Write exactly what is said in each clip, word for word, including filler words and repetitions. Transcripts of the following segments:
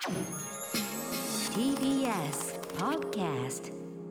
ティービーエス Podcast。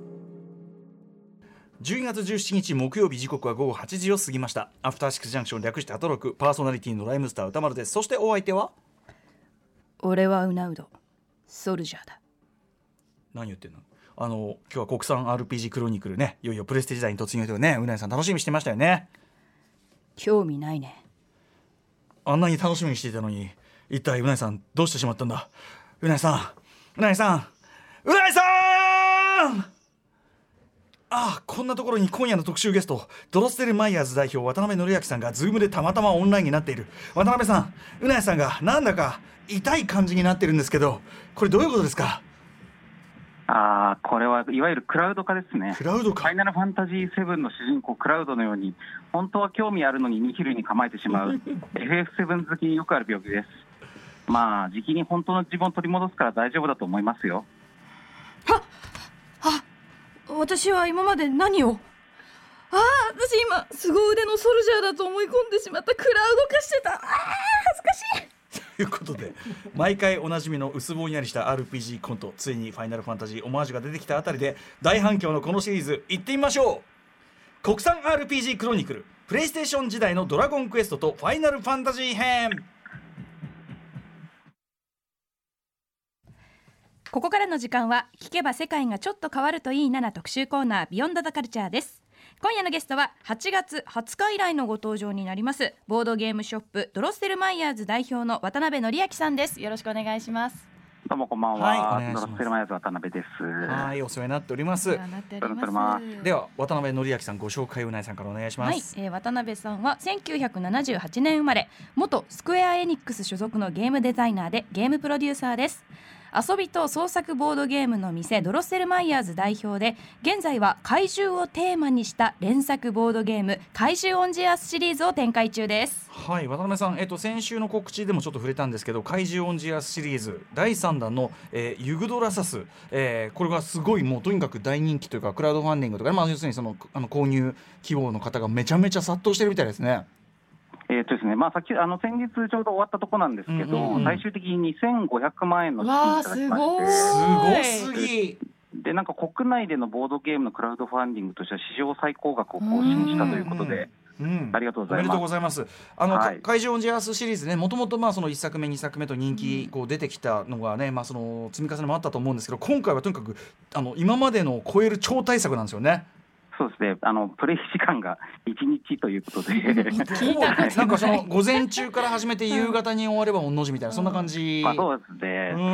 じゅうにがつじゅうしちにち木曜日、時刻はごごはちじを過ぎました。アフターシックスジャンクション略してアトロク、パーソナリティのライムスター歌丸です。そしてお相手は、 俺はウナウドソルジャーだ。 何言ってんの。あの今日は国産 アールピージー クロニクルね、いよいよプレステ時代に突入というね、うなえさん楽しみにしてましたよね。 興味ないね。 あんなに楽しみにしていたのに、一体うなえさんどうしてしまったんだ。うなえさん、うなえさん、うなえさん。ああ、こんなところに今夜の特集ゲスト、ドロステルマイヤーズ代表渡辺則明さんがズームでたまたまオンラインになっている。渡辺さん、うなえさんがなんだか痛い感じになってるんですけど、これどういうことですか。 あーこれはいわゆるクラウド化ですね。 クラウド化。 ファイナルファンタジーセブンの主人公クラウドのように、本当は興味あるのにニヒルに構えてしまうエフエフセブン 好きによくある病気です。まあ時期に本当の自分を取り戻すから大丈夫だと思いますよ。 はっはっ、私は今まで何を。ああ、私今凄腕のソルジャーだと思い込んでしまった。クラウド化してた。ああ、恥ずかしい。 ということで、毎回おなじみの薄ぼんやりした アールピージー コント、ついにファイナルファンタジーオマージュが出てきたあたりで大反響のこのシリーズ、行ってみましょう。国産 アールピージー クロニクル、プレイステーション時代のドラゴンクエストとファイナルファンタジー編。 ここからの時間は聞けば世界がちょっと変わるといいなな特集コーナー、ビヨンドザカルチャーです。今夜のゲストははちがつはつか以来のご登場になります、ボードゲームショップドロッセルマイヤーズ代表の渡辺則明さんです。よろしくお願いします。 どうもこんばんは、 はい、お願いします。 ドロッセルマイヤーズ渡辺です。 はい、お世話になっております。 お世話になっております。 では渡辺則明さん、ご紹介をうなえさんからお願いします。 はい、えー、渡辺さんはせんきゅうひゃくななじゅうはちねん生まれ、元スクエアエニックス所属のゲームデザイナーでゲームプロデューサーです。遊びと創作ボードゲームの店ドロッセルマイヤーズ代表で、現在は怪獣をテーマにした連作ボードゲーム怪獣オンジアースシリーズを展開中です。 はい、渡辺さん、えっと、先週の告知でもちょっと触れたんですけど、怪獣オンジアースシリーズだいさんだんの、えー、ユグドラサス、えー、これがすごいもうとにかく大人気というか、クラウドファンディングとか、まあ、要するにそのあの購入希望の方がめちゃめちゃ殺到してるみたいですね。 えーとですねまあ、さっきあの先日ちょうど終わったとこなんですけど、うんうんうん、最終的ににせんごひゃくまんえんの資金いただきまして、 すごすぎで、なんか国内でのボードゲームのクラウドファンディングとしては史上最高額を更新したということで、うんうん、ありがとうございます。 おめでとうございます。あの、 はい、 怪獣オンジアースシリーズね、もともとまあそのいっさくめにさくめと人気こう出てきたのがね、まあ、その積み重ねもあったと思うんですけど、今回はとにかくあの今までのを超える超大作なんですよね。 そうですね、あのプレイ時間がいちにちということでなんかその午前中から始めて夕方に終われば御の字みたいな、そんな感じ、 まあ、そうですね、うん、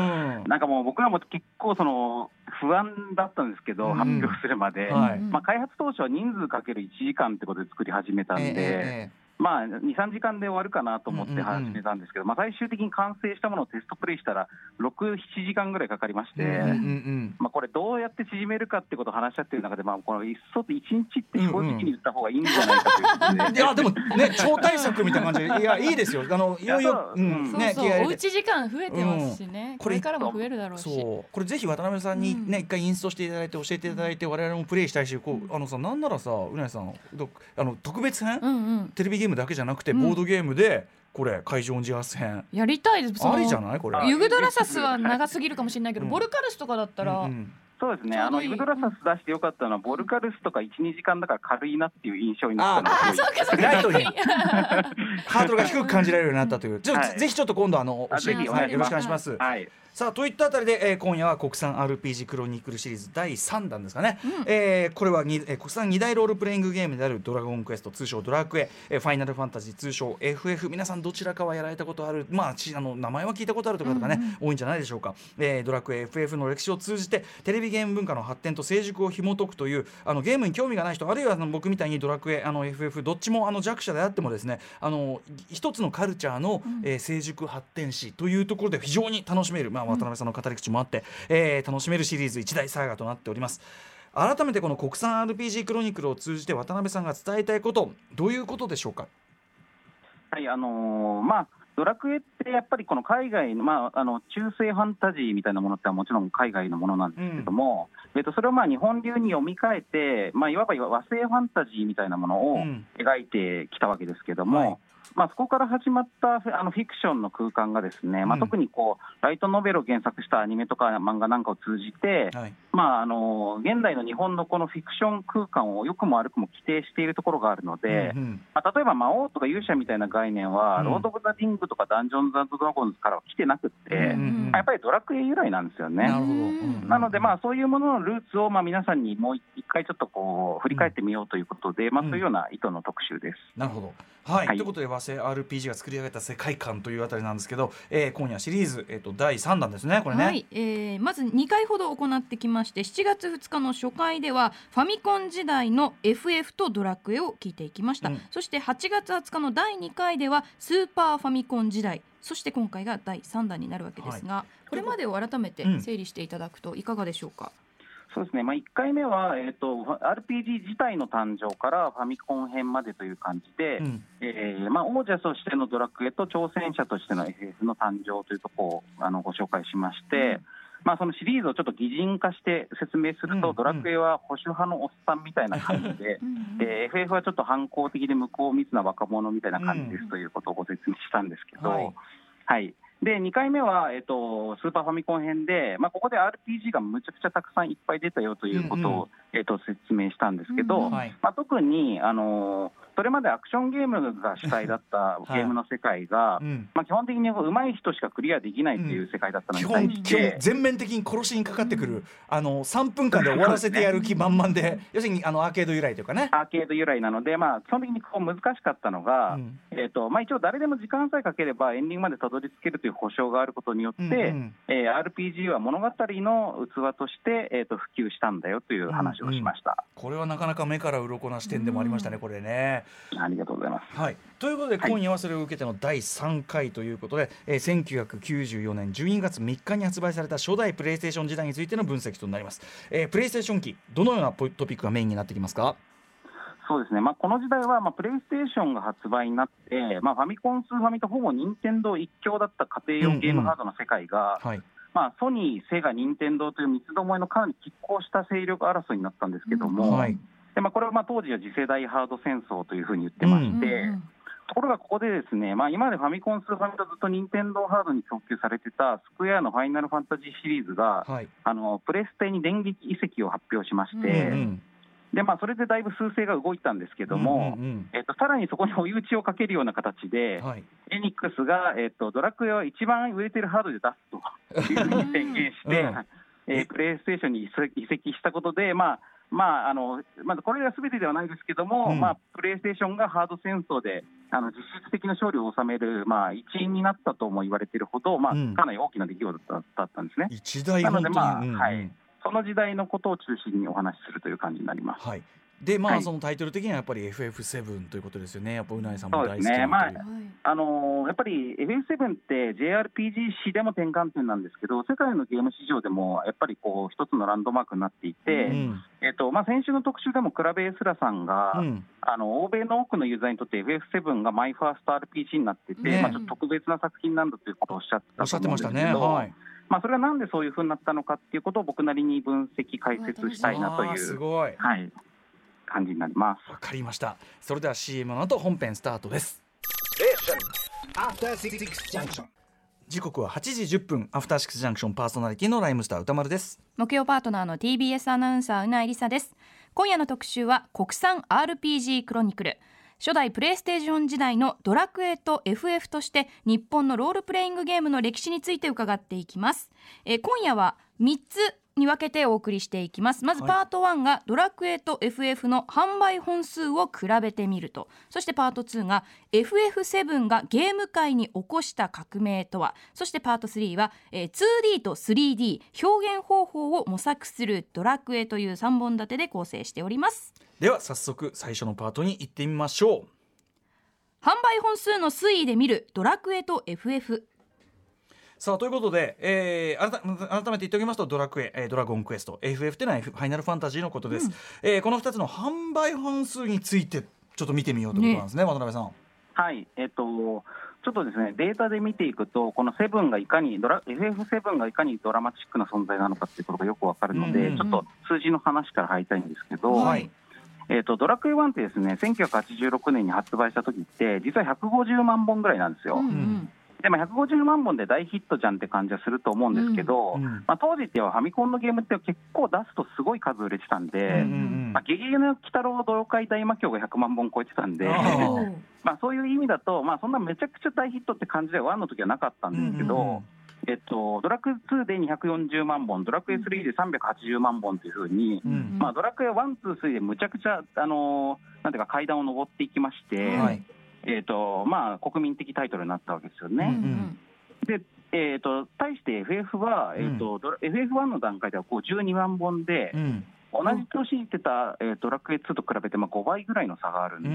なんかもう僕らも結構その不安だったんですけど、うん、発表するまで、はい、まあ、開発当初は人数かけるいちじかんってことで作り始めたんで、えーまあ、にさんじかんで終わるかなと思って始めたんですけど、うんうんうん、まあ、最終的に完成したものをテストプレイしたらろく、ななじかんぐらいかかりまして、うんうんうん、まあ、これどうやって縮めるかってことを話し合っている中で、まあ、このいっそいちにちって正直に言った方がいいんじゃないかということで、うんうん、いやでもね、超大作みたいな感じで、いやいいですよ、あのいよいよ、うんね、 そうそう、おうち時間増えてますしね、うん、これからも増えるだろうし、 そうこれぜひ渡辺さんにね、うん、一回インストしていただいて教えていただいて、我々もプレイしたいし、こうあのさ、なんならさ、うなえさんあの特別編、うんうん、テレビゲームだけじゃなくて、うん、ボードゲームでこれ怪獣オンジアース編やりたいです。 ありじゃないこれ。 ユグドラサスは長すぎるかもしれないけど、うん、ボルカルスとかだったら、うんうん、 そうですね、あのユグドラサス出してよかったのは、ボルカルスとかいち、にじかんだから軽いなっていう印象になったのが、ああ、そうかそうか、 ライトにハードルが低く感じられるようになったという、じゃあ、はい、ぜひちょっと今度あの教えて、はい、よろしくお願いします。はい、さあといったあたりで、えー、今夜は国産 アールピージー クロニクルシリーズだいさんだんですかね、うん、えー、これはに、えー、国産に大ロールプレイングゲームであるドラゴンクエスト、通称ドラクエ、えー、ファイナルファンタジー、通称 エフエフ、皆さんどちらかはやられたことある、まあ、ちあの名前は聞いたことあるとかとかね、うんうん、多いんじゃないでしょうか。えー、ドラクエ エフエフ の歴史を通じてテレビゲーム文化の発展と成熟を紐解くという、あのゲームに興味がない人、あるいはあの僕みたいにドラクエ、あの エフエフ どっちもあの弱者であってもですね、あの一つのカルチャーの、うん、えー、成熟発展史というところで非常に楽しめる、まあ、渡辺さんの語り口もあって、えー、楽しめるシリーズ一大サーガとなっております。改めてこの国産 アールピージー クロニクルを通じて渡辺さんが伝えたいこと、どういうことでしょうか。 はい、あのー、まあドラクエってやっぱりこの海外の、まあ、あの中世ファンタジーみたいなものってはもちろん海外のものなんですけども、うん、えっと、それをまあ日本流に読み替えて、まあ、いわば和製ファンタジーみたいなものを描いてきたわけですけども、うん、はい、 まあ、そこから始まったあのフィクションの空間がですね、まあ、特にこうライトノベルを原作したアニメとか漫画なんかを通じて、はい、まあ、あの現代の日本のこのフィクション空間を良くも悪くも規定しているところがあるので、うんうん、まあ、例えば魔王とか勇者みたいな概念は、うん、ロード・オブ・ザ・リングとかダンジョンズ・ドラゴンズからは来てなくって、うんうん、やっぱりドラクエ由来なんですよね。なるほど、うん、なので、まあ、そういうもののルーツをまあ皆さんにもう一回ちょっとこう振り返ってみようということで、うん、まあ、そういうような意図の特集です。 なるほど、はい、はい、ということで和製 アールピージー が作り上げた世界観というあたりなんですけど、えー、今夜シリーズ、えー、とだいさんだんですねこれね、はい、 えー、まずにかいほど行ってきまして、しちがつふつかの初回ではファミコン時代の エフエフ とドラクエを聞いていきました、うん、そしてはちがつはつかのだいにかいではスーパーファミコン時代、そして今回がだいさんだんになるわけですが、はい、これまでを改めて整理していただくといかがでしょうか。 うん、そうですね、まあ、いっかいめは、えーと、アールピージー 自体の誕生からファミコン編までという感じで、うん、えーまあ、王者としてのドラクエと挑戦者としての エフエフ の誕生というところをあのご紹介しまして、うん、まあ、そのシリーズをちょっと擬人化して説明すると、うん、ドラクエは保守派のおっさんみたいな感じで、で エフエフ はちょっと反抗的で向こう密な若者みたいな感じですということをご説明したんですけど、はい、はい、でにかいめは、えーと、スーパーファミコン編で、まあ、ここで アールピージー がむちゃくちゃたくさんいっぱい出たよということを、うんうん、えーと、説明したんですけど、うんうん、まあ、特に、あのーそれまでアクションゲームが主体だったゲームの世界が、はい、うん、まあ、基本的に上手い人しかクリアできないという世界だったのに対して、うん、基本全面的に殺しにかかってくる、うん、あのさんぷんかんで終わらせてやる気満々で要するにあのアーケード由来というかね、 アーケード由来なので、まあ、基本的にこう難しかったのが、うん、えーとまあ、一応誰でも時間さえかければエンディングまでたどり着けるという保証があることによって、うんうん、えー、アールピージー は物語の器として、えーと普及したんだよという話をしました、 うんうん、これはなかなか目から鱗な視点でもありましたね、これね。 ありがとうございます。 はい、ということで今夜はそれを受けてのだいさんかいということで、えー、せんきゅうひゃくきゅうじゅうよねんじゅうにがつみっかに発売された初代プレイステーション時代についての分析となります。えー、プレイステーション機どのようなトピックがメインになってきますか。 そうですね、まあ、この時代は、まあ、プレイステーションが発売になって、まあ、ファミコン、スーファミとほぼ任天堂一強だった家庭用ゲームハードの世界が、うんうん、はい、まあ、ソニー、セガ、任天堂という三つどもえのかなり拮抗した勢力争いになったんですけども、うん、はい、でまあ、これはまあ当時は次世代ハード戦争というふうに言ってまして、うんうんうん、ところがここでですね、まあ、今までファミコン、スーファミとずっと任天堂ハードに供給されてたスクエアのファイナルファンタジーシリーズが、はい、あのプレステに電撃移籍を発表しまして、うんうん、でまあ、それでだいぶ趨勢が動いたんですけども、うんうんうん、えーと、さらにそこに追い打ちをかけるような形で、はい、エニックスが、えーと、ドラクエは一番売れてるハードで出すというふうに宣言して、うん、えー、プレイステーションに移籍したことで、まあまあ、あのまずこれが全てではないですけども、うん、まあ、プレイステーションがハード戦争であの実質的な勝利を収める、まあ、一因になったとも言われているほど、まあ、うん、かなり大きな出来事だった、だったんですね。 一大本当に、 なので、まあ、 うんうん、 はい、その時代のことを中心にお話しするという感じになります。 はい、でまあ、はい、そのタイトル的にはやっぱり エフエフセブン ということですよね。やっぱうないさんも大好きなという。そうですね、まああのー、やっぱり エフエフセブン って ジェイアールピージー 史でも転換点なんですけど、世界のゲーム市場でもやっぱりこう一つのランドマークになっていて、うん、えっとまあ、先週の特集でもクラベエスラさんが、うん、あの欧米の多くのユーザーにとって エフエフセブン がマイファースト アールピージー になってて、ね、まあ、ちょっと特別な作品なんだということをおっしゃってたと思うんですけど、おっしゃってましたね、はい、まあ、それはなんでそういうふうになったのかっていうことを僕なりに分析解説したいなという、 すごい、 はい、感じになります。 わかりました。それでは シーエム の後本編スタートです。時刻ははちじじゅっぷん、アフターシックスジャンクション、パーソナリティのライムスター歌丸です。 木曜パートナーの ティービーエス アナウンサーうないりさです。今夜の特集は国産 アールピージー クロニクル。初代プレイステーション時代のドラクエと エフエフ として日本のロールプレイングゲームの歴史について伺っていきます。えー、今夜はみっつに分けてお送りしていきます。まずパートワンがドラクエと エフエフ の販売本数を比べてみると、そしてパートツーが エフエフセブン がゲーム界に起こした革命とは、そしてパートスリーは、えー、ツーディー と スリーディー 表現方法を模索するドラクエというさんぼん立てで構成しております。 では早速最初のパートに行ってみましょう。 販売本数の推移で見るドラクエと エフエフ。 さあということで、えー、改, 改めて言っておきますとドラクエ、えー、ドラゴンクエスト エフエフ というのはファイナルファンタジーのことです。うん、えー、このふたつの販売本数についてちょっと見てみようということなんですね、渡辺さん。 はい、えっとちょっとですね、データで見ていくとこのセブンがいかにドラ エフエフセブン がいかにドラマチックな存在なのかっていうことがよくわかるので、うんうんうん、ちょっと数字の話から入りたいんですけど、はい、 えーと、ドラクエワンってですね、せんきゅうひゃくはちじゅうろくねんに発売した時って実はひゃくごじゅうまんぼんぐらいなんですよ。うんうん、でもひゃくごじゅうまんぼんで大ヒットじゃんって感じはすると思うんですけど、うんうん、まあ、当時ってファミコンのゲームって結構出すとすごい数売れてたんで、うんうん、まあ、ゲゲゲの鬼太郎同怪大魔教がひゃくまんぼん超えてたんでまあそういう意味だと、まあ、そんなめちゃくちゃ大ヒットって感じではワンの時はなかったんですけど、うんうんうん、えっと、ドラクエツーでにひゃくよんじゅうまんぼん、ドラクエスリーでさんびゃくはちじゅうまんぼんというふうに、うん、まあ、ドラクエワン、ツー、スリーでむちゃくちゃ、あのー、なんていうか階段を上っていきまして、はい、えっとまあ、国民的タイトルになったわけですよね。うんうん、で、えー、と対して エフエフ は、えーとうん、エフエフワン の段階ではこうじゅうにまんぼんで、うん、同じ年に出た、えー、ドラクエツーと比べてまあごばいぐらいの差があるんで、うん、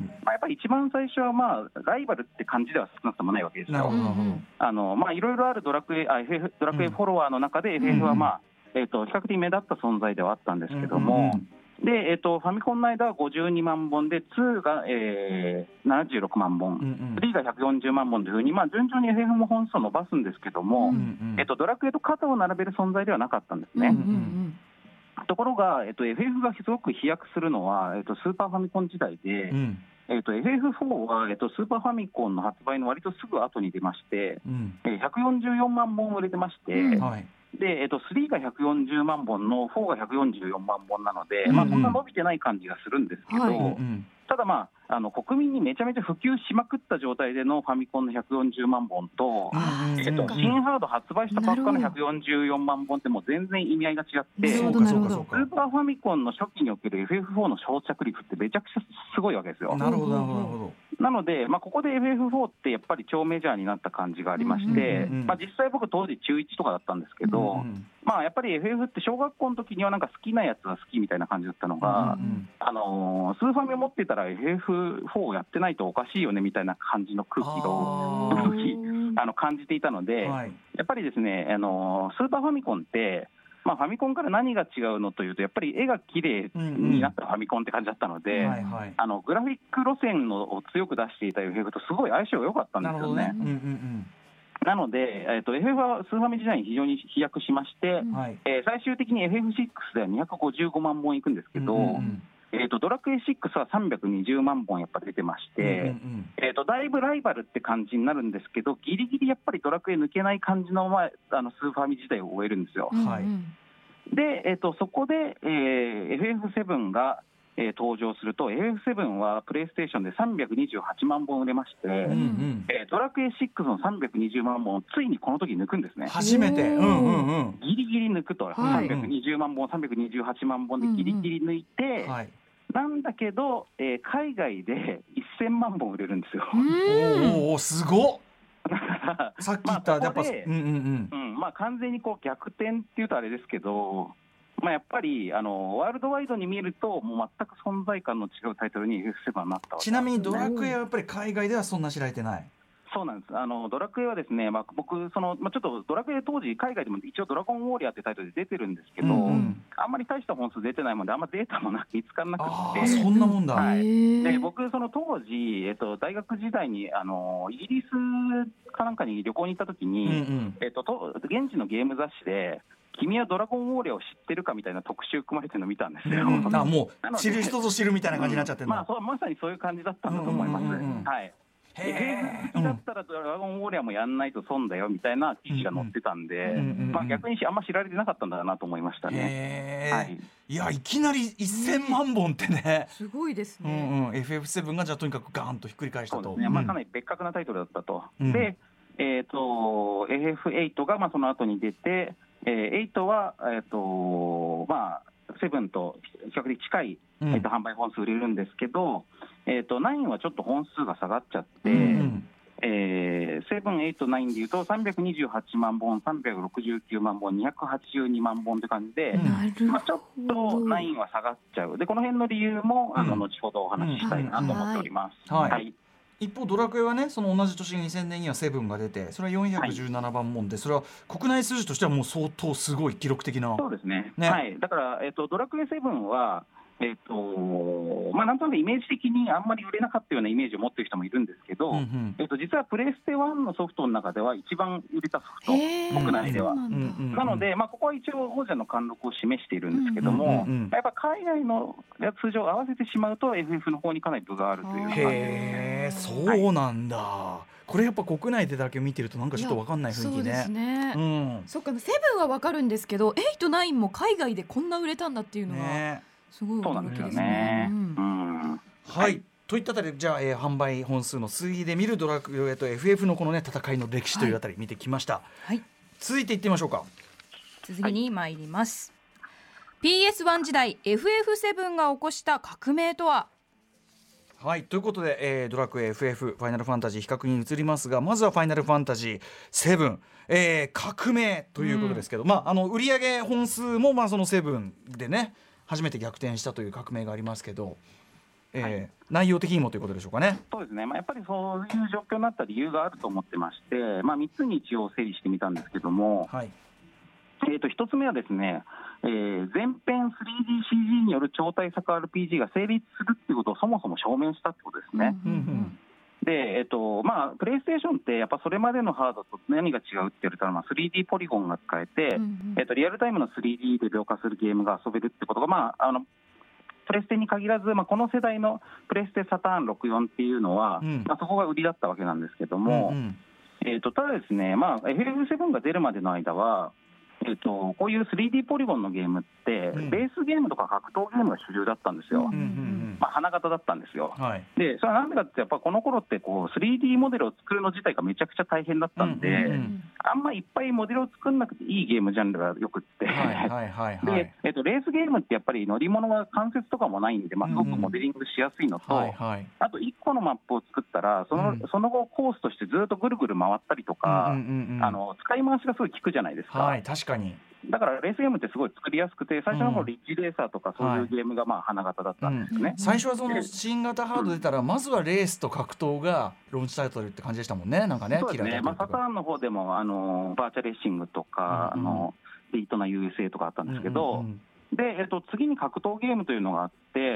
まあ、やっぱり一番最初は、まあ、ライバルって感じでは少なくともないわけですよ。いろいろあるドラクエ、あ エフエフ、ドラクエフォロワーの中で エフエフ は、まあ、えー、と比較的目立った存在ではあったんですけども、うんうん、でえー、とファミコンの間はごじゅうにまんぼんで、ツーが、えー、ななじゅうろくまんぼん、うんうん、スリーがひゃくよんじゅうまんぼんというふうに、まあ、順調に エフエフ も本数を伸ばすんですけども、うんうん、えー、とドラクエと肩を並べる存在ではなかったんですね。うんうんうん、ところが、えー、と エフエフ がすごく飛躍するのは、えー、とスーパーファミコン時代で、うん、えー、と エフエフフォー は、えー、とスーパーファミコンの発売の割とすぐ後に出まして、うん、えー、ひゃくよんじゅうよんまんぼん売れてまして、うん、はい、でえー、とスリーがひゃくよんじゅうまんぼんのフォーがひゃくよんじゅうよんまんぼんなので、うんうん、まあ、そんな伸びてない感じがするんですけど、はい、うん、ただ、まあ、あの国民にめちゃめちゃ普及しまくった状態でのファミコンのひゃくよんじゅうまんぼんと、えー、と新ハード発売したばっかのひゃくよんじゅうよんまんぼんってもう全然意味合いが違って、スーパーファミコンの初期における エフエフフォー の消着率ってめちゃくちゃすごいわけですよ。なるほどなるほど。なので、まあ、ここで エフエフフォー ってやっぱり超メジャーになった感じがありまして、うんうんうん、まあ、実際僕当時中いちとかだったんですけど、うんうん、まあ、やっぱり エフエフ って小学校の時にはなんか好きなやつは好きみたいな感じだったのが、うんうん、あのー、スーファミを持ってたら エフエフフォー をやってないとおかしいよねみたいな感じの空気を空気あの感じていたので、はい、やっぱりですね、あのー、スーパーファミコンって、まあ、ファミコンから何が違うのというと、やっぱり絵が綺麗になったファミコンって感じだったので、うんうん、はいはい、あのグラフィック路線のを強く出していた エフエフ とすごい相性が良かったんですよね。なるほどね。うんうんうん、なので、えー、と エフエフ はスーファミ時代に非常に飛躍しまして、はい、えー、最終的に エフエフシックス ではにひゃくごじゅうごまんぼんいくんですけど、うんうんうん、えー、とドラクエシックスはさんびゃくにじゅうまんぼんやっぱ出てまして、うんうんうん、えー、とだいぶライバルって感じになるんですけど、ギリギリやっぱりドラクエ抜けない感じの、まあ、あのスーファミ時代を終えるんですよ。はい、で、えー、とそこで、えー、エフエフセブン が、えー、登場すると エフエフセブン はプレイステーションでさんびゃくにじゅうはちまんぼん売れまして、うんうん、えー、ドラクエシックスのさんびゃくにじゅうまんぼんをついにこの時抜くんですね。 初めて、うんうんうん、 ギリギリ抜くと、はい、さんびゃくにじゅうまんぼんさんびゃくにじゅうはちまんぼんでギリギリ抜いて、うんうん、はい、なんだけど、えー、海外でせんまんぼん売れるんですよ。 おお、すごっさっき言った、まあ、やっぱ、うんうんうん、 まあ、完全にこう逆転っていうとあれですけど、まあ、やっぱりあのワールドワイドに見るともう全く存在感の違うタイトルに エフエフセブン になったわけです。 ちなみにドラクエはやっぱり海外ではそんな知られてない？ そうなんです。あのドラクエはですね、まあ、僕その、まあ、ちょっとドラクエ当時海外でも一応ドラゴンウォーリアーってタイトルで出てるんですけど、うんうん、あんまり大した本数出てないもんであんまデータもな見つからなくて。 あ、そんなもんだ。 はい、で僕その当時、えっと、大学時代にあのイギリスかなんかに旅行に行った時に、うんうん、えっと、と現地のゲーム雑誌で君はドラゴンウォーリアーを知ってるかみたいな特集組まれてるのを見たんですよ。うん、 あ、もう知る人ぞ知るみたいな感じになっちゃってるの、 うん、まあ、そうまさにそういう感じだったんだと思います。うんうんうんうん、はい、へー、だったらドラゴンウォーリアーもやんないと損だよみたいな記事が載ってたんで、うんうん、まあ、逆にあんま知られてなかったんだなと思いましたね。 へー、はい、いやいきなりせんまんぼんってね、 すごいですね。 うんうん、エフエフセブン がじゃあとにかくガーンとひっくり返したと。 そうですね、まあ、かなり別格なタイトルだったと、うん、で、えー、と エフエフエイト がまあその後に出て、えー、エイトは、えーとまあ、セブンと比較的近い、えー、と販売本数売れるんですけど、えー、とナインはちょっと本数が下がっちゃって、うん、えー、セブン、エイト、ナインでいうとさんびゃくにじゅうはちまんぼん、さんびゃくろくじゅうきゅうまんぼん、にひゃくはちじゅうにまんぼんって感じで、まあ、ちょっとナインは下がっちゃう。でこの辺の理由も、うん、あの後ほどお話ししたいなと思っております。はいはい、 一方ドラクエはね、その同じ年にせんねんにはセブンが出て、それはよんひゃくじゅうななまんぼんで、はい、それは国内数字としてはもう相当すごい記録的な。 そうですね、ね、はい、だから、えーと、ドラクエセブンは、 えーとまあ、なんとなくイメージ的にあんまり売れなかったようなイメージを持っている人もいるんですけど、うんうん、えーと実はプレイステワンのソフトの中では一番売れたソフト、国内では。なので、まあ、ここは一応王者の貫禄を示しているんですけども、うんうんうん、やっぱ海外のやつ上合わせてしまうと エフエフ の方にかなり分があるという感じですね。 へー、そうなんだ、はい、これやっぱ国内でだけ見てるとなんかちょっと分かんない雰囲気ね。 そうですね、 うん、 そっか、セブンは分かるんですけどエイト、ナインも海外でこんな売れたんだっていうのはすごい驚きですね。 はい、といったあたりでじゃあ、えー、販売本数の推移で見るドラクエと エフエフ のこのね戦いの歴史というあたり見てきました、はい、続いていってみましょうか。 続きに参ります、はい、ピーエスワン 時代 エフエフセブン が起こした革命とは。 はい、ということで、えー、ドラクエ エフエフ ファイナルファンタジー比較に移りますが、まずはファイナルファンタジーセブン、えー、革命ということですけど、うん、まあ、あの売上本数もまあそのセブンでね初めて逆転したという革命がありますけど、えーはい、内容的にもということでしょうかね。 そうですね、まあ、やっぱりそういう状況になった理由があると思ってまして、まあ、みっつに一応整理してみたんですけども、はい、えー、とひとつめはですね、えー、全編 スリーディーシージー による超大作 アールピージー が成立するっていうことをそもそも証明したってことですね。うんうんうん、で、えーとまあ、プレイステーションってやっぱそれまでのハードと何が違うって言われたら、まあ、スリーディー ポリゴンが使えて、うんうん、えーとリアルタイムの スリーディー で描画するゲームが遊べるってことが、まあ、あのプレステに限らず、まあ、この世代のプレステサターンろくじゅうよんっていうのは、うん、まあ、そこが売りだったわけなんですけども、うんうん、えーとただですね、まあ、エフエフセブン が出るまでの間はえー、とこういう スリーディー ポリゴンのゲームって、うん、ベースゲームとか格闘ゲームが主流だったんですよ、うんうんうん、まあ、花形だったんですよ、はい、でそれはなんでかってやっぱこの頃ってこう スリーディー モデルを作るの自体がめちゃくちゃ大変だったんで、うんうんうん、あんまいっぱいモデルを作んなくていいゲームジャンルがよくって、はいはいはいはい、でえー、とレースゲームってやっぱり乗り物が関節とかもないんで、まあ、すごくモデリングしやすいのと、うんうん、はいはい、あといっこのマップを作ったらその、うん、その後コースとしてずっとぐるぐる回ったりとか、うんうんうん、あの使い回しがすごい効くじゃないですか、 はい、確かに。 だからレースゲームってすごい作りやすくて、最初の頃リッチレーサーとかそういうゲームがまあ花形だったんですね、うん、 最初はその新型ハード出たら、まずはレースと格闘がローンチタイトルって感じでしたもんね。なんかね、 そうですね、まあ、サターンの方でもあのバーチャレーシングとか、うんうん、あのデイトナ ユーエスエー とかあったんですけど、うんうんうん、でえっと、次に格闘ゲームというのがあって、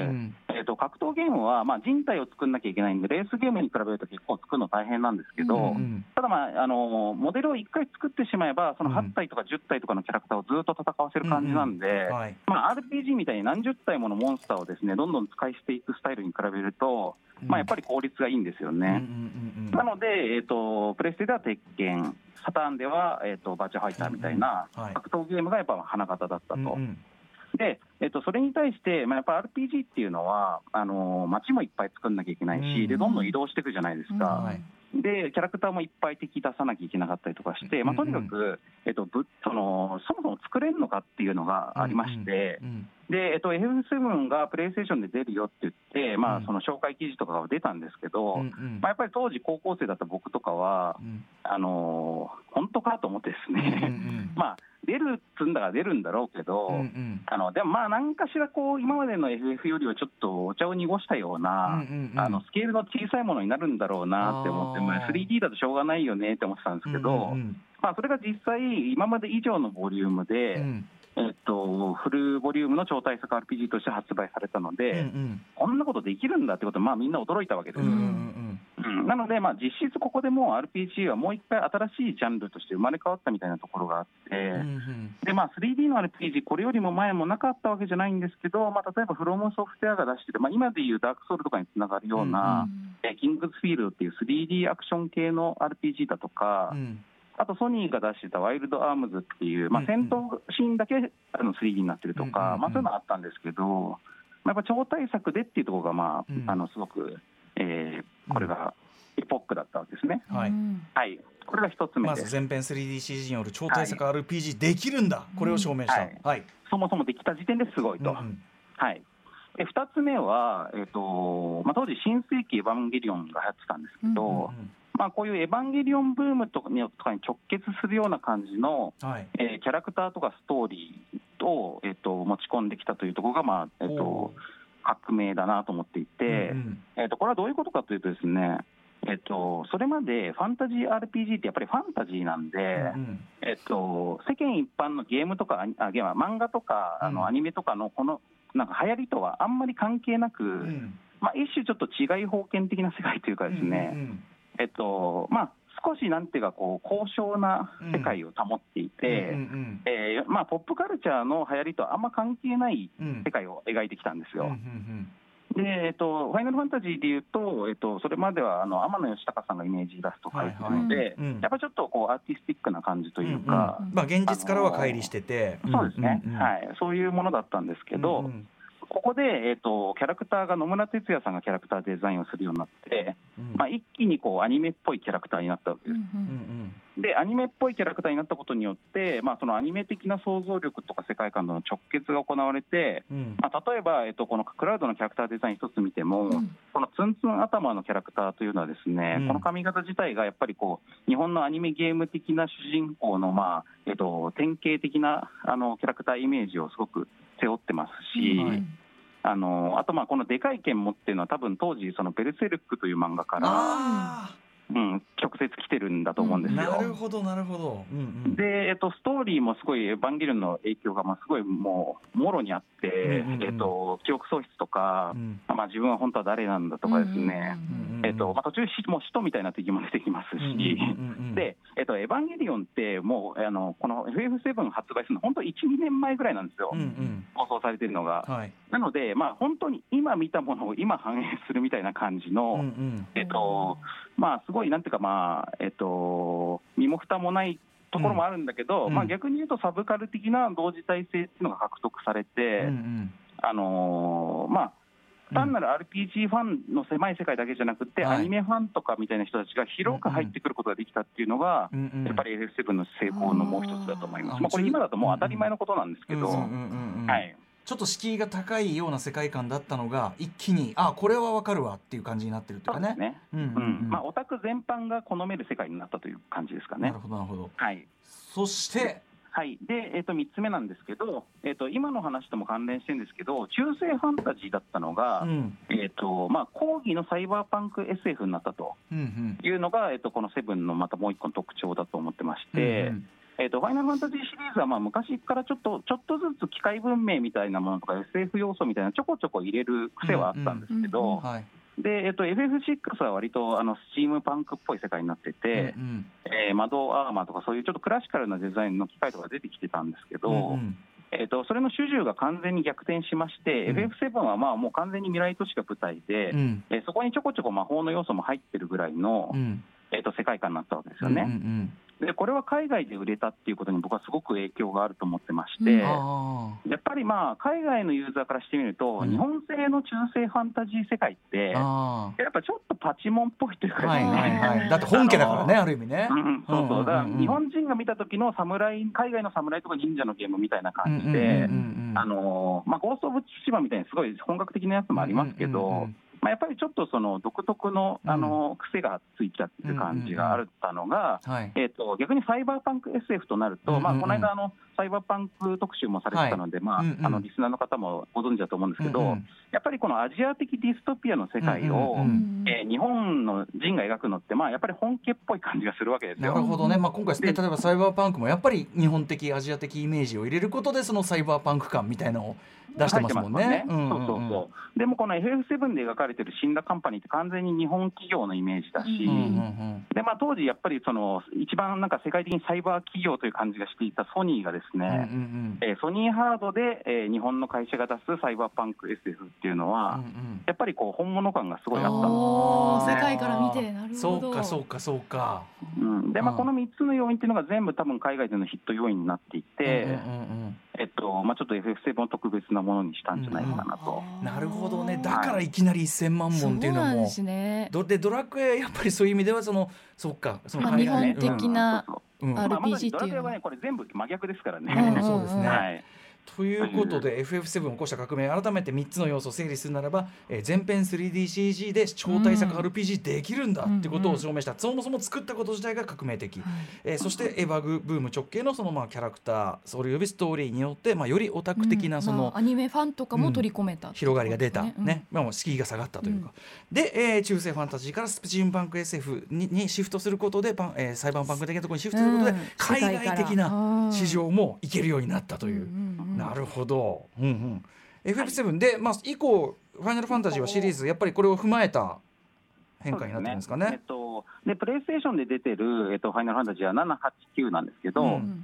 うん、えっと、格闘ゲームはまあ人体を作んなきゃいけないんで、レースゲームに比べると結構作るの大変なんですけど、うんうん、ただ、まあ、あのモデルをいっかい作ってしまえばそのはちたいとかじゅったいとかのキャラクターをずっと戦わせる感じなんで、うんうん、はい、まあ、アールピージー みたいに何十体ものモンスターをですねどんどん使い捨ていくスタイルに比べると、まあ、やっぱり効率がいいんですよね、うんうんうんうん、なので、えっと、プレステでは鉄拳、サターンでは、えっと、バーチャファイターみたいな格闘ゲームがやっぱ花形だったと、うんうん、でえっと、それに対して、まあ、やっぱ アールピージー っていうのはあの街もいっぱい作んなきゃいけないし、うん、でどんどん移動していくじゃないですか、うん、でキャラクターもいっぱい敵出さなきゃいけなかったりとかして、まあ、とにかく、えっと、ぶそのそもそも作れるのかっていうのがありまして、うんうんうん、でえっと、エフエフセブン がプレイステーションで出るよって言って、まあ、その紹介記事とかが出たんですけど、うんうん、まあ、やっぱり当時高校生だった僕とかは、うん、あの本当かと思ってですね、うんうん、まあ出るっつんだから出るんだろうけど、うんうん、あのでもまあ何かしらこう今までの エフエフ よりはちょっとお茶を濁したような、うんうんうん、あのスケールの小さいものになるんだろうなって思って、まあ、スリーディー だとしょうがないよねって思ってたんですけど、うんうんうん、まあ、それが実際今まで以上のボリュームで、うん、えっと、フルボリュームの超大作 アールピージー として発売されたので、うんうん、こんなことできるんだってことは、まあ、みんな驚いたわけです、うんうんうんうん、なので、まあ、実質ここでもう アールピージー はもう一回新しいジャンルとして生まれ変わったみたいなところがあって、うんうん、でまあ、スリーディー の アールピージー これよりも前もなかったわけじゃないんですけど、まあ、例えばフロムソフトウェアが出している、まあ、今でいうダークソウルとかにつながるような、うんうん、キングズフィールドっていう スリーディー アクション系の アールピージー だとか、うん、あとソニーが出していたワイルドアームズっていう、まあ、戦闘シーンだけあの スリーディー になってるとか、まあ、そういうのがあったんですけど、まあ、やっぱ超大作でっていうところが、まあ、うん、あのすごく、えー、これがエポックだったわけですね、うん、はい、はい、これが一つ目です。 まず全編 スリーディーシージー による超大作 アールピージー できるんだ、はい、これを証明した、うん、はいはい、 そもそもできた時点ですごいと、うんうん、はい、でふたつめは、えーとまあ、当時新世紀エヴァンゲリオンが流行ってたんですけど、うんうんうん、まあ、こういうエヴァンゲリオンブームとかに直結するような感じの、はい、えー、キャラクターとかストーリーを、えー、と持ち込んできたというところが、まあ、えー、と革命だなと思っていて、うんうん、えー、とこれはどういうことかというとですね、えー、とそれまでファンタジー アールピージー ってやっぱりファンタジーなんで、うんうん、えー、と世間一般のゲームとかあゲーム漫画とかあのアニメとかのこのなんか流行りとはあんまり関係なく、うんまあ、一種ちょっと違い封建的な世界というかですね、うんうんえっとまあ、少しなんていうかこう高尚な世界を保っていて、えーまあ、ポップカルチャーの流行りとはあんま関係ない世界を描いてきたんですよ。うんうんうんでえっと、ファイナルファンタジーでいうと、えっと、それまではあの天野義高さんがイメージイラストを描いてるので、はいはいうん、やっぱりちょっとこうアーティスティックな感じというか、 うんうんまあ、現実からは乖離してて、 そうですね、うんうんはい、そういうものだったんですけど、うんうん、ここで、えーと、キャラクターが野村哲也さんがキャラクターデザインをするようになって、うんまあ、一気にこうアニメっぽいキャラクターになったわけです、うんうんでアニメっぽいキャラクターになったことによって、まあ、そのアニメ的な想像力とか世界観との直結が行われて、うんまあ、例えば、えっと、このクラウドのキャラクターデザイン一つ見ても、うん、このツンツン頭のキャラクターというのはですね、うん、この髪型自体がやっぱりこう日本のアニメゲーム的な主人公の、まあえっと、典型的なあのキャラクターイメージをすごく背負ってますし、うんはいあのあとまあこのでかい剣持っていうのは多分当時そのベルセルクという漫画からうん、直接来てるんだと思うんですよ、 うん、なるほどなるほど、うんうん、 で、えっと、ストーリーもすごいエヴァンゲリオンの影響がまあすごいもうもろにあって、うんうんうんえっと、記憶喪失とか、うんまあ、自分は本当は誰なんだとかですね、うんうんえっとまあ、途中もう使徒みたいな敵も出てきますし、うんうんうん、で、えっと、エヴァンゲリオンってもうあのこの エフエフセブン 発売するの本当いち、にねんまえぐらいなんですよ、うんうん、放送されてるのが、はい、なので、まあ、本当に今見たものを今反映するみたいな感じの、うんうんえっとまあ、すごいなんていうか、まあえっと、身も蓋もないところもあるんだけど、うんまあ、逆に言うとサブカル的な同時体性っていうのが獲得されて、うんうんあのーまあ、単なる アールピージー ファンの狭い世界だけじゃなくて、うん、アニメファンとかみたいな人たちが広く入ってくることができたっていうのが、うんうん、やっぱり エフエフセブン の成功のもう一つだと思います。まあ、これ今だともう当たり前のことなんですけど、はいちょっと敷居が高いような世界観だったのが一気にあこれは分かるわっていう感じになってるっていうかね。そうですね。うんうんうんまあ、 オタク全般が好める世界になったという感じですかね。 なるほどなるほど。 はい。 そしてはいでえっとみっつめなんですけど、えっと今の話とも関連してるんですけど、中世ファンタジーだったのが、うんえっとまあ講義のサイバーパンク エスエフ になったというのが、うんうん、えっとこのセブンのまたもう一個の特徴だと思ってまして。うんうんえーと、ファイナルファンタジーシリーズはまあ昔からちょっとちょっとずつ機械文明みたいなものとか エスエフ 要素みたいなちょこちょこ入れる癖はあったんですけど、うんうんうんはいでえー、と エフエフシックス は割とあのスチームパンクっぽい世界になってて、うんうんえー、窓アーマーとかそういうちょっとクラシカルなデザインの機械とか出てきてたんですけど、うんうんえー、とそれの主従が完全に逆転しまして、うん、エフエフセブン はまあもう完全に未来都市が舞台で、うんえー、そこにちょこちょこ魔法の要素も入ってるぐらいの、うんえー、と世界観になったわけですよね。うんうんうんでこれは海外で売れたっていうことに僕はすごく影響があると思ってまして、うん、やっぱりまあ海外のユーザーからしてみると、うん、日本製の中世ファンタジー世界ってやっぱちょっとパチモンっぽいというか、ねはいはいはい、 だって本家だからねある意味ね、 うん、そうそうだから日本人が見た時の侍海外の侍とか忍者のゲームみたいな感じであのまあゴースト・オブ・ツシマみたいにすごい本格的なやつもありますけど、うんうんうんうんまあ、やっぱりちょっとその独特 の, あの癖がついちゃってる感じがあったのが、うんうんうんはいえー、と逆にサイバーパンク エスエフ となると、うんうんうんまあ、この間あのサイバーパンク特集もされてたので、はいまあうんうん、あのリスナーの方もご存知だと思うんですけど、うんうん、やっぱりこのアジア的ディストピアの世界を、うんうんうんえー、日本の人が描くのって、まあ、やっぱり本家っぽい感じがするわけですよ。 なるほどね、まあ、今回例えばサイバーパンクもやっぱり日本的アジア的イメージを入れることでそのサイバーパンク感みたいなのを出してますもんね。 でもこの エフエフセブン で描かれてるシンダカンパニーって完全に日本企業のイメージだし、うんうんうんでまあ、当時やっぱりその一番なんか世界的にサイバー企業という感じがしていたソニーがですね、うんうんうんえー、ソニーハードで、えー、日本の会社が出すサイバーパンク エスエフ っていうのは、うんうん、やっぱりこう本物感がすごいあったんですよ、ね、 世界から見てなるほどそうかそうかそうか、 うんでまあ、このみっつの要因っていうのが全部多分海外でのヒット要因になっていて、うんうんうんえっとまあ、ちょっと エフエフセブン を特別なものにしたんじゃないかなと、 うん、なるほどね。だからいきなりせんまんぼんっていうのも、はい、そうなんですね。どでドラクエやっぱりそういう意味ではそのそうかその、 まあ、日本的な アールピージー っていうのは、まあ、まあ、ドラクエはねこれ全部真逆ですからね、 うん、そうですね、はいということで エフエフセブン を起こした革命改めてみっつの要素を整理するならば、えー、全編 スリーディーシージー で超大作 アールピージー できるんだってことを証明した、うんうん、そもそも作ったこと自体が革命的、はいえー、そしてエヴァグブーム直系のそのまあキャラクターそれ及びストーリーによって、まあ、よりオタク的なその、 うんまあ、アニメファンとかも取り込めた、 うん、広がりが出た、うんねまあ、敷居が下がったというか、うん、で、えー、中世ファンタジーからスチームパンク エスエフ に, にシフトすることでパン、えー、サイバーパンク的なところにシフトすることで、うん、海外的な市場もいけるようになったという、うん、なるほどうんうんエフエフセブン で、まあ、以降ファイナルファンタジーはシリーズやっぱりこれを踏まえた変化になってるんですかね。 えっと、でプレイステーションで出てる、えっと、ファイナルファンタジーはななはちきゅうなんですけど、うん、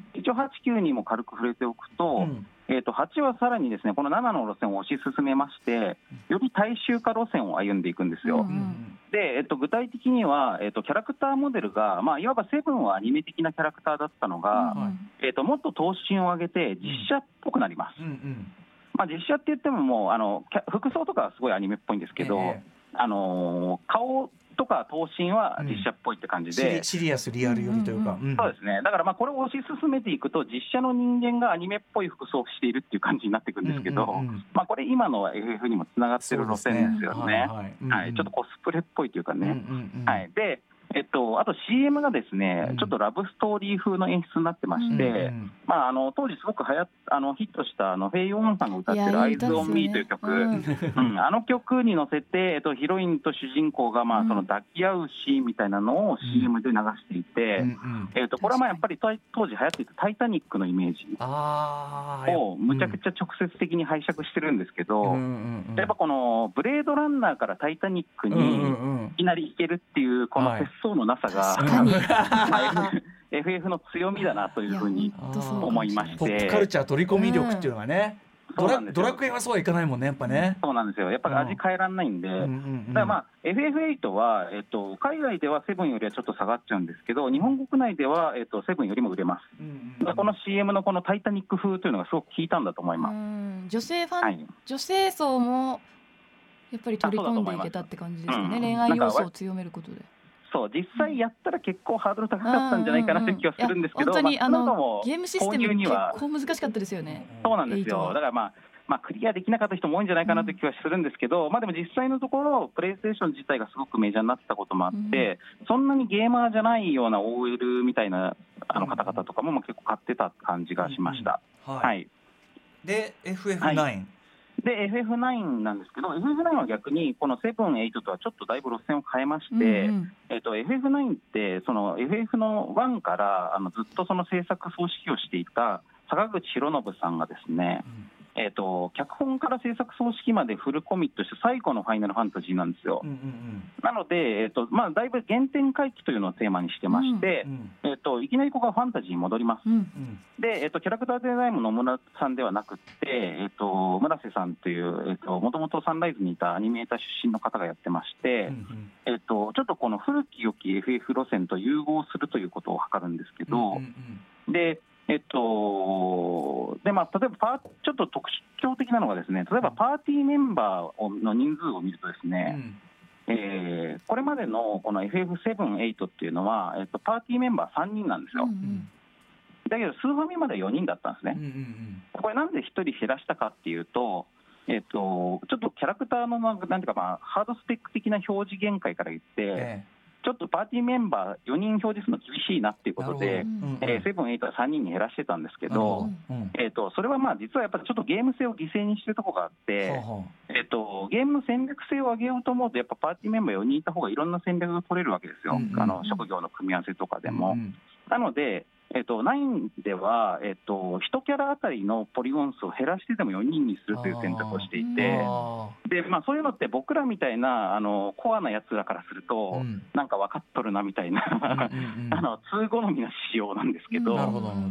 一応はちきゅうにも軽く触れておくと、うん、えっと、はちはさらにですねこのななの路線を推し進めましてより大衆化路線を歩んでいくんですよ。うんうん、で、えっと、具体的には、えっと、キャラクターモデルが、まあ、いわばセブンはアニメ的なキャラクターだったのが、うん、えっと、もっと頭身を上げて実写っぽくなります。うんうんうん、まあ、実写って言ってももうあの服装とかはすごいアニメっぽいんですけど、えー、あの顔とか頭身は実写っぽいって感じで、 うん、シリアスリアル寄りというか、うんうん、 そうですね。だからまあこれを推し進めていくと実写の人間がアニメっぽい服装をしているっていう感じになっていくんですけど、うんうんうん、まあこれ今の エフエフ にもつながってる路線ですよね。はい、ちょっとコスプレっぽいというかね、うんうんうん、はい。でえっと、あと シーエム がですね、うん、ちょっとラブストーリー風の演出になってまして、うんうんまあ、あの当時すごくはやあのヒットしたあのフェイ・ウォンさんが歌ってる「アイズ・オン・ミー」という曲、うんうん、あの曲に乗せて、えっと、ヒロインと主人公がまあその抱き合うシーンみたいなのを シーエム で流していて、うんうんえっと、これはまあやっぱり当時流行っていた「タイタニック」のイメージをむちゃくちゃ直接的に拝借してるんですけど、うんうんうん、やっぱこのブレードランナーから「タイタニック」にいきなり行けるっていうこの節操のなさが、はい、エフエフ の強みだなというふうに思いまして、 ポップカルチャー取り込み力っていうのがね、ドラ、ドラクエはそうはいかないもんねやっぱね。 そうなんですよ。やっぱり味変えらんないんで、うんうんうん、だからまあ エフエフエイト は、えっと、海外ではセブンよりはちょっと下がっちゃうんですけど日本国内では、えっと、セブンよりも売れます、うんうんうん、この シーエム のこのタイタニック風というのがすごく効いたんだと思います。 うん女性ファン、はい、女性層もやっぱり取り込んでいけたって感じですかね、うん、恋愛要素を強めることで。 そう実際やったら結構ハードル高かったんじゃないかなという気はするんですけど、 本当に、 まあ、 あのゲームシステム結構難しかったですよね。 そうなんですよ。だからまあまあ、クリアできなかった人も多いんじゃないかなという気はするんですけど、うんまあ、でも実際のところプレイステーション自体がすごくメジャーになってたこともあって、うん、そんなにゲーマーじゃないような オーエル みたいなあの方々とかも結構買ってた感じがしました、 うんはいはい、で エフエフナイン、はいで エフエフナイン なんですけど エフエフナイン は逆にこのセブン、エイトとはちょっとだいぶ路線を変えまして、うんうんえっと、エフエフナイン ってその エフエフ のワンからあのずっとその制作総指揮をしていた坂口博信さんがですね、うんえー、と脚本から制作総指揮までフルコミットして最後のファイナルファンタジーなんですよ、うんうんうん、なので、えーとまあ、だいぶ原点回帰というのをテーマにしてまして、うんうんえー、といきなりここはファンタジーに戻ります、うんうん、で、えー、とキャラクターデザインも野村さんではなくて、えー、と村瀬さんというもともとサンライズにいたアニメーター出身の方がやってまして、うんうんえー、とちょっとこの古き良き エフエフ 路線と融合するということを図るんですけど、うんうんうん、でえっとでまあ、例えばパーちょっと特徴的なのがですね例えばパーティーメンバーの人数を見るとですね、うんえー、これまでのこの エフエフセブン、エイト っていうのは、えっと、パーティーメンバーさんにんなんですよ、うんうん、だけどスーファミまでよにんだったんですね、うんうんうん、これなんでひとり減らしたかっていうと、えっと、ちょっとキャラクターのなんていうか、まあ、ハードスペック的な表示限界から言って、えーちょっとパーティーメンバーよにん表示するの厳しいなっていうことで、うんえー、セブン、エイトはさんにんに減らしてたんですけど、うんえー、とそれはまあ実はやっぱりちょっとゲーム性を犠牲にしてるところがあって、うんえー、とゲームの戦略性を上げようと思うとやっぱパーティーメンバーよにんいた方がいろんな戦略が取れるわけですよ、うん、あの職業の組み合わせとかでも、うん、なのでえっと、ナインでは、えっと、いちキャラあたりのポリゴン数を減らしてでもよにんにするという選択をしていてで、まあ、そういうのって僕らみたいなあのコアなやつらからすると、うん、なんか分かっとるなみたいなうんうん、あの通好みな仕様なんですけど、うん、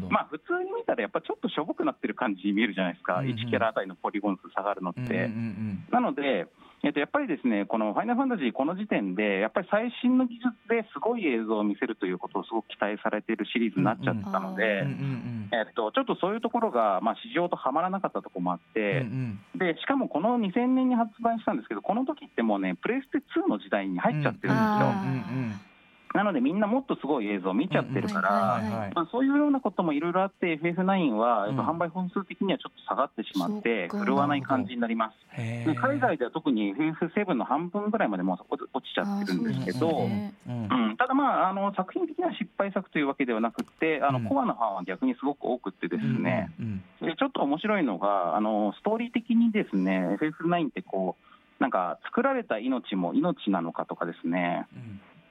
まあ、普通に見たらやっぱちょっとしょぼくなってる感じに見えるじゃないですか、うんうん、いちキャラあたりのポリゴン数下がるのって、うんうんうん、なのでえっと、やっぱりですねこのファイナルファンタジーこの時点でやっぱり最新の技術ですごい映像を見せるということをすごく期待されているシリーズになっちゃったので、うんうんえっと、ちょっとそういうところが、まあ、市場とはまらなかったところもあって、うんうん、でしかもこのにせんねんに発売したんですけどこの時ってもうねプレイステツーの時代に入っちゃってるんですよ、うんうんなのでみんなもっとすごい映像を見ちゃってるから、うんうんはいはいまあ、そういうようなこともいろいろあって エフエフナイン は、えっと、販売本数的にはちょっと下がってしまって振るわない感じになります。で海外では特に エフエフセブン の半分ぐらいまでもうそこで落ちちゃってるんですけど、ねうんうん、ただ、まあ、あの作品的には失敗作というわけではなくてあの、うん、コアなファンは逆にすごく多くてですね、うんうん、でちょっと面白いのがあのストーリー的にですね エフエフナイン ってこうなんか作られた命も命なのかとかですね、うん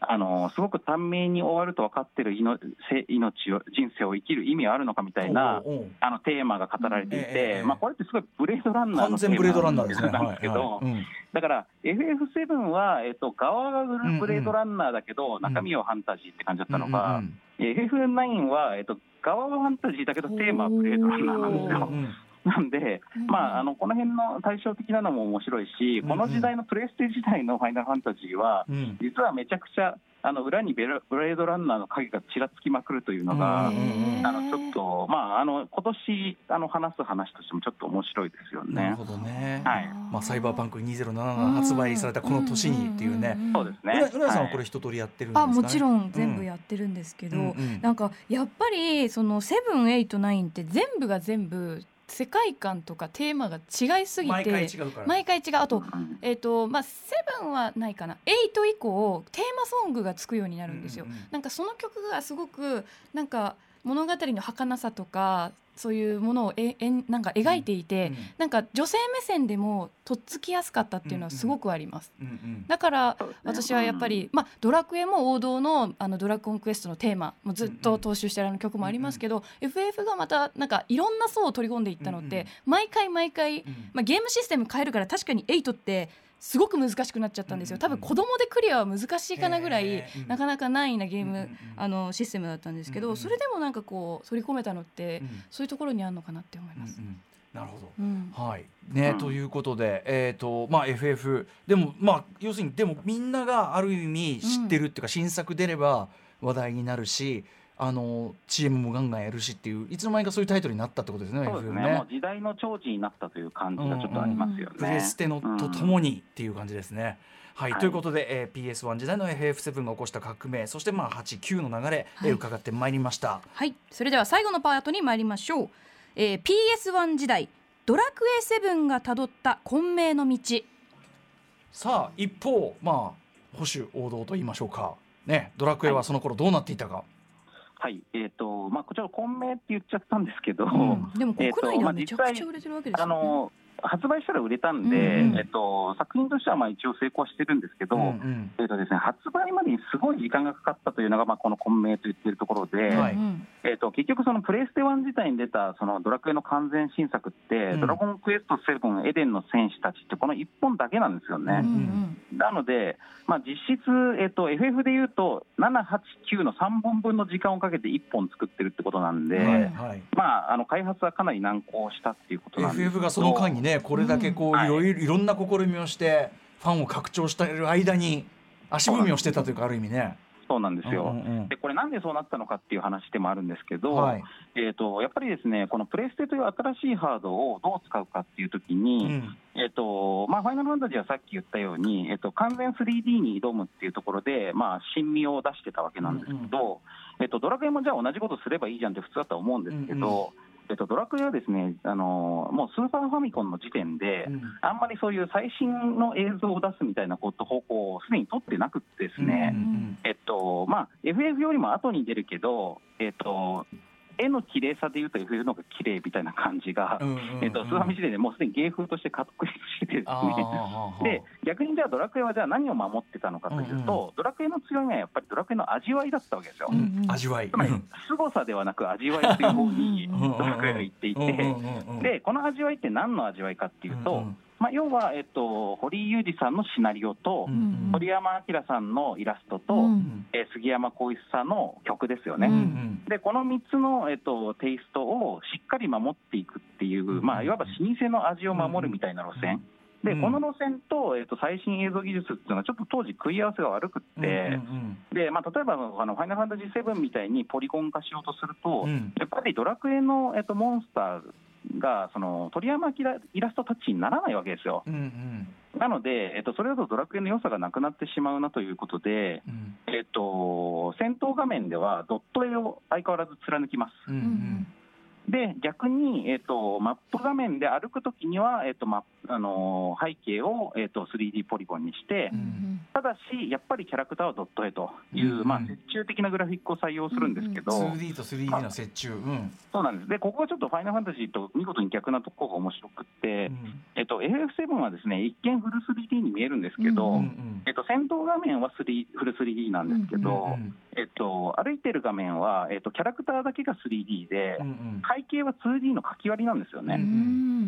あのすごく短命に終わると分かってる命を人生を生きる意味はあるのかみたいなあのテーマが語られていて、えーまあ、これってすごいブレードランナーのテーマなんですけど、だから エフエフセブン は、えっと、側がブレードランナーだけど、うんうん、中身はファンタジーって感じだったのが、うんうん、エフエフナイン は、えっと、側はファンタジーだけどテーマはブレードランナーなんですよ。なんで、まあ、あのこの辺の対照的なのも面白いし、この時代のプレステ時代のファイナルファンタジーは、実はめちゃくちゃあの裏にブレードランナーの影がちらつきまくるというのが、あのちょっと、まあ、あの今年あの話す話としてもちょっと面白いですよね。 なるほどね、はい、まあ、サイバーパンクにせんななが発売されたこの年にっていうね。 そうですね。 うなさんはこれ一通りやってるんですかね。 あ、もちろん全部やってるんですけど、うんうん、なんかやっぱりそのセブン、エイト、ナインって全部が全部世界観とかテーマが違いすぎて毎回違うから毎回違う。あと、えーとまあ、セブンはないかな、エイト以降テーマソングがつくようになるんですよ、うんうん、なんかその曲がすごくなんか物語の儚さとかそういうものをええなんか描いていて、うんうん、なんか女性目線でもとっつきやすかったっていうのはすごくあります、うんうん、だから私はやっぱり、まあ、ドラクエも王道 の, あのドラゴンクエストのテーマもずっと踏襲してある曲もありますけど、うんうん、エフエフ がまたなんかいろんな層を取り込んでいったのって、うんうん、毎回毎回、まあ、ゲームシステム変えるから確かにエイトってすごく難しくなっちゃったんですよ。多分子供でクリアは難しいかなぐらいなかなか難易なゲームあのシステムだったんですけど、それでもなんかこう取り込めたのってそういうところにあるのかなって思います。 うんうん、なるほど、うん、はいね、うん、ということで、えーとまあ、エフエフ でも、まあ、要するにでもみんながある意味知ってるっていうか、うん、新作出れば話題になるし、あの シーエム もガンガンやるしっていう、いつの間にかそういうタイトルになったってことですね。 そうですね、もう時代の寵児になったという感じがちょっとありますよね、 うんうん、プレステのとともにっていう感じですね、はい、はい、ということで、えー、ピーエスワン 時代の エフエフセブン が起こした革命、そしてまあはち、きゅうの流れ、はい、えー、伺ってまいりました。 はい、それでは最後のパートに参りましょう、えー、ピーエスワン 時代ドラクエセブンがたどった混迷の道。 さあ一方、まあ、保守王道と言いましょうか、ね、ドラクエはその頃どうなっていたか。 はいはい、えーとまあ、こちら混迷って言っちゃったんですけど、うん、 でも国内ではめちゃくちゃ売れてるわけですよね。 あの発売したら売れたんで、うんうん、えっと、作品としてはまあ一応成功してるんですけど、うんうん、えっとですね、発売までにすごい時間がかかったというのが、まあ、この混迷と言っているところで、はい、えっと、結局そのプレイステワン自体に出たそのドラクエの完全新作って、うん、ドラゴンクエストセブンエデンの戦士たちってこのいっぽんだけなんですよね、うんうん、なので、まあ、実質、えっと、エフエフ でいうとなな、はち、きゅうのさんぼんぶんの時間をかけていっぽん作ってるってことなんで、はいはい、まあ、あの開発はかなり難航したっていうことなんですけど、 エフエフ がその間にねこれだけこう、うん、いろいろ、いろんな試みをしてファンを拡張している間に足踏みをしてたというか、ある意味ね。 そうなんですよ、うんうん、でこれなんでそうなったのかっていう話でもあるんですけど、はい、えーと、やっぱりですね、このプレステという新しいハードをどう使うかっていうときに、うん、えーとまあ、ファイナルファンタジーはさっき言ったように、えーと、完全 スリーディー に挑むっていうところで、まあ、新味を出してたわけなんですけど、うんうん、えーと、ドラクエもじゃあ同じことすればいいじゃんって普通だと思うんですけど、うんうん、えっと、ドラクエはですね、あのもうスーパーファミコンの時点で、うん、あんまりそういう最新の映像を出すみたいなこと方向をすでに取ってなくてですね、うんうん、えっとまあ、エフエフ よりも後に出るけど、えっと、絵の綺麗さでいうと エフエフ の方が綺麗みたいな感じが、うんうんうん、えっと、スーファミ時点でもうすでに芸風として確立しててですね、で逆にじゃあドラクエはじゃあ何を守ってたのかというと、うんうん、ドラクエの強みはやっぱりドラクエの味わいだったわけですよ、うんうん、 味わい、 つまり凄さではなく味わいという方にドラクエが言っていて、でこの味わいって何の味わいかっていうと、うんうん、まあ、要は、えっと、堀井雄二さんのシナリオと、うんうん、堀山明さんのイラストと、うん、えー、杉山浩一さんの曲ですよね、うんうん、でこのみっつの、えっと、テイストをしっかり守っていくっていう、うんうん、まあ、いわば老舗の味を守るみたいな路線、うんうん、でこの路線と、えっと、最新映像技術っていうのはちょっと当時食い合わせが悪くって、うんうん、でまあ、例えばあのファイナルファンタジーセブンみたいにポリゴン化しようとすると、うん、やっぱりドラクエの、えっと、モンスターがその鳥山明イラストタッチにならないわけですよ、うんうん、なので、えっと、それだとドラクエの良さがなくなってしまうなということで、うん、えっと、戦闘画面ではドット絵を相変わらず貫きます、うんうん、 で逆に、えー、とマップ画面で歩くときには、えーとまあのー、背景を、えー、と スリーディー ポリゴンにして、うん、ただしやっぱりキャラクターはドット絵という、うんまあ、折衷的なグラフィックを採用するんですけど、 うんうん、ツーディー と スリーディー の折衷、うん、 そうなんです。でここはちょっとファイナルファンタジーと見事に逆なところが面白くって、うんえー、と エフエフセブン はですね一見フル スリーディー に見えるんですけど、うんうんえー、と戦闘画面は3フル スリーディー なんですけど、うんうんえー、と歩いてる画面は、えー、とキャラクターだけが スリーディー で、うんうん、背景は ツーディー の書き割りなんですよね、うんうん、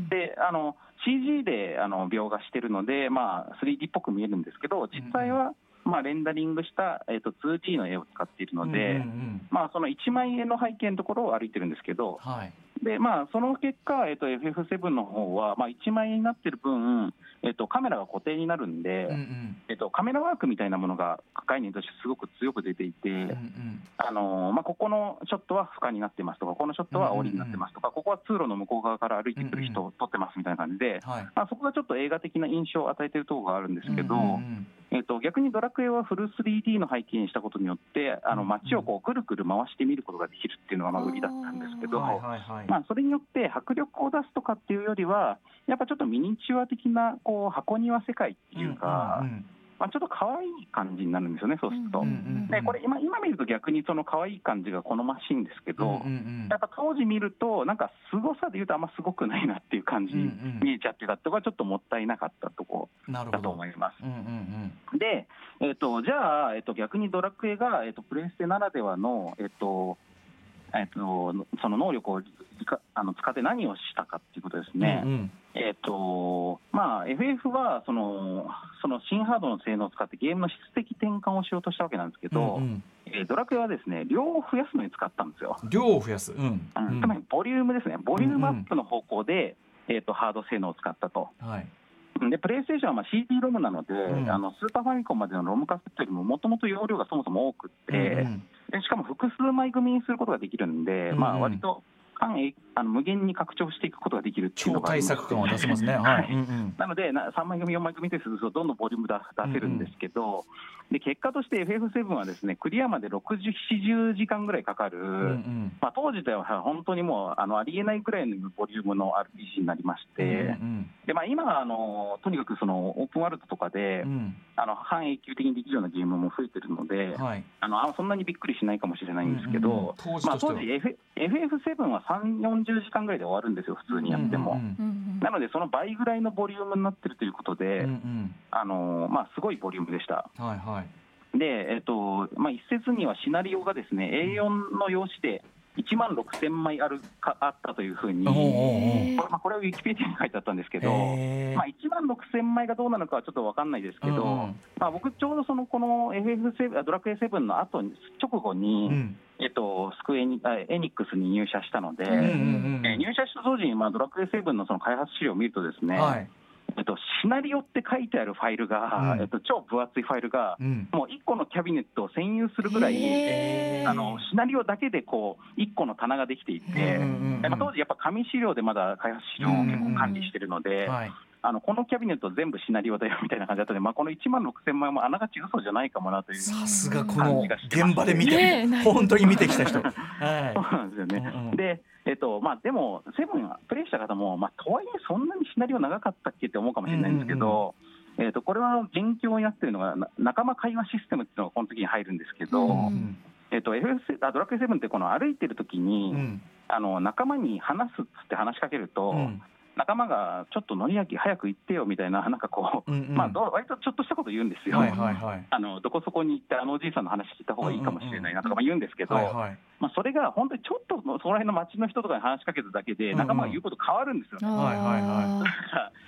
であの シージー であの描画してるので、まあ、スリーディー っぽく見えるんですけど実際は、まあ、レンダリングした、えー、と ツーディー の絵を使っているので、うんうんうんまあ、そのいちまいえんの背景のところを歩いてるんですけど、はいでまあ、その結果、えー、と エフエフセブン の方は、まあ、いちまいえんになってる分、えー、とカメラが固定になるんで、うんうんえー、とカメラワークみたいなものが概念としてすごく強く出ていて、うんうんあのーまあ、ここのショットは俯瞰になってますとかこのショットは煽りになってますとか、うんうんうん、ここは通路の向こう側から歩いてくる人を撮ってますみたいな感じで、うんうんはいまあ、そこがちょっと映画的な印象を与えているところがあるんですけど、うんうんうんえー、と逆にドラクエはフル スリーディー の背景にしたことによってあの街をこうぐるぐる回して見ることができるっていうのがまあ売りだったんですけど、はいはいはいまあ、それによって迫力を出すとかっていうよりはやっぱちょっとミニチュア的なこう箱庭世界っていうか、うんうんうんまあ、ちょっと可愛い感じになるんですよね、そうすると、うんうんうん、でこれ 今, 今見ると逆にその可愛い感じが好ましいんですけど、うんうんうん、やっぱ当時見るとなんか凄さでいうとあんますごくないなっていう感じに見えちゃってたってことがちょっともったいなかったところだと思います、うんうんうん、で、えー、とじゃあ、えー、と逆にドラクエが、えー、とプレステならではの、えーとえー、とその能力をあの使って何をしたかっていうことですね、うんうんえーとまあ、エフエフ はその、その新ハードの性能を使ってゲームの質的転換をしようとしたわけなんですけど、うんうんえー、ドラクエはですね量を増やすのに使ったんですよ。 量を増やす、うんうん、つまりボリュームですね、ボリュームアップの方向で、うんうんえー、とハード性能を使ったと、はいでプレイステーションはまあ シーディー ロムなので、うん、あのスーパーファミコンまでのロムカセットよりももともと容量がそもそも多くって、うんうん、でしかも複数枚組にすることができるんで、うんうんまあ、割とあの無限に拡張していくことができるっていうのが超大作感を出せますね、はいうんうん、 なのでなさんまい組よんまい組でするとどんどんボリューム出せるんですけど、うんうん、で結果として エフエフセブン はですねクリアまでろくじゅう、ななじゅうじかんぐらいかかる、うんうんまあ、当時では本当にもう あのありえないくらいのボリュームの アールピージー になりまして、うんうんでまあ、今はあのとにかくそのオープンワールドとかで、うん、あの半永久的にできるようなゲームも増えてるので、はい、あのあそんなにびっくりしないかもしれないんですけど、うんうんうん、当時、まあ、当時 エフエフセブン はさんじゅう、よんじゅうじかんぐらいで終わるんですよ普通にやっても、うんうん、なのでその倍ぐらいのボリュームになってるということで、うんうんあのまあ、すごいボリュームでした、はいはいでえっとまあ、一説にはシナリオがですね エーよん の用紙でいちまんろくせんまいあるかあったというふうに、これ、まあ、これはウィキペディアに書いてあったんですけど、まあ、いちまんろくせんまいがどうなのかはちょっと分かんないですけど、うんうんまあ、僕ちょうどそのこの エフエフセブン ドラクエセブンの後に直後に、うんえっと、スクエニエニックスに入社したので、うんうんうんえー、入社した当時に、まあ、ドラクエセブンのその開発資料を見るとですね、はいえっと、シナリオって書いてあるファイルが、うんえっと、超分厚いファイルが、うん、もういっこのキャビネットを占有するぐらいあのシナリオだけでこういっこの棚ができていて、うんうん、当時やっぱ紙資料でまだ開発資料を結構管理してるので、うんうんはいあのこのキャビネット全部シナリオだよみたいな感じだったので、まあ、このいちまんろくせんまいもあながち嘘じゃないかもなというさすがこの現場で見て、ね、本当に見てきた人、はい、 そうなんですよね、うんうん、でえっとまあ、でもセブンプレイした方も、まあ、とはいえそんなにシナリオ長かったっけって思うかもしれないんですけど、うんうんえっと、これは元凶になっているのが仲間会話システムっていうのがこの時に入るんですけど、うんうんえっと、エフエフ あドラクエセブンってこの歩いてる時に、うん、あの仲間に話すっつって話しかけると、うん仲間がちょっとのりやき早く行ってよみたいな、なんかこう、うんうんまあ、ど割とちょっとしたこと言うんですよ、はいはいはい、あのどこそこに行ってあのおじいさんの話聞いた方がいいかもしれないなとか言うんですけど、はいはいまあ、それが本当にちょっとその辺の街の人とかに話しかけただけで仲間が言うこと変わるんですよね、うんうんはいはいはい、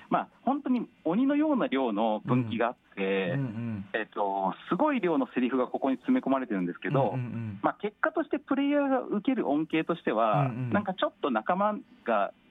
まあ、本当に鬼のような量の分岐があって、うんうんうんえっと、すごい量のセリフがここに詰め込まれてるんですけど、うんうんうんまあ、結果としてプレイヤーが受ける恩恵としては、うんうん、なんかちょっと仲間が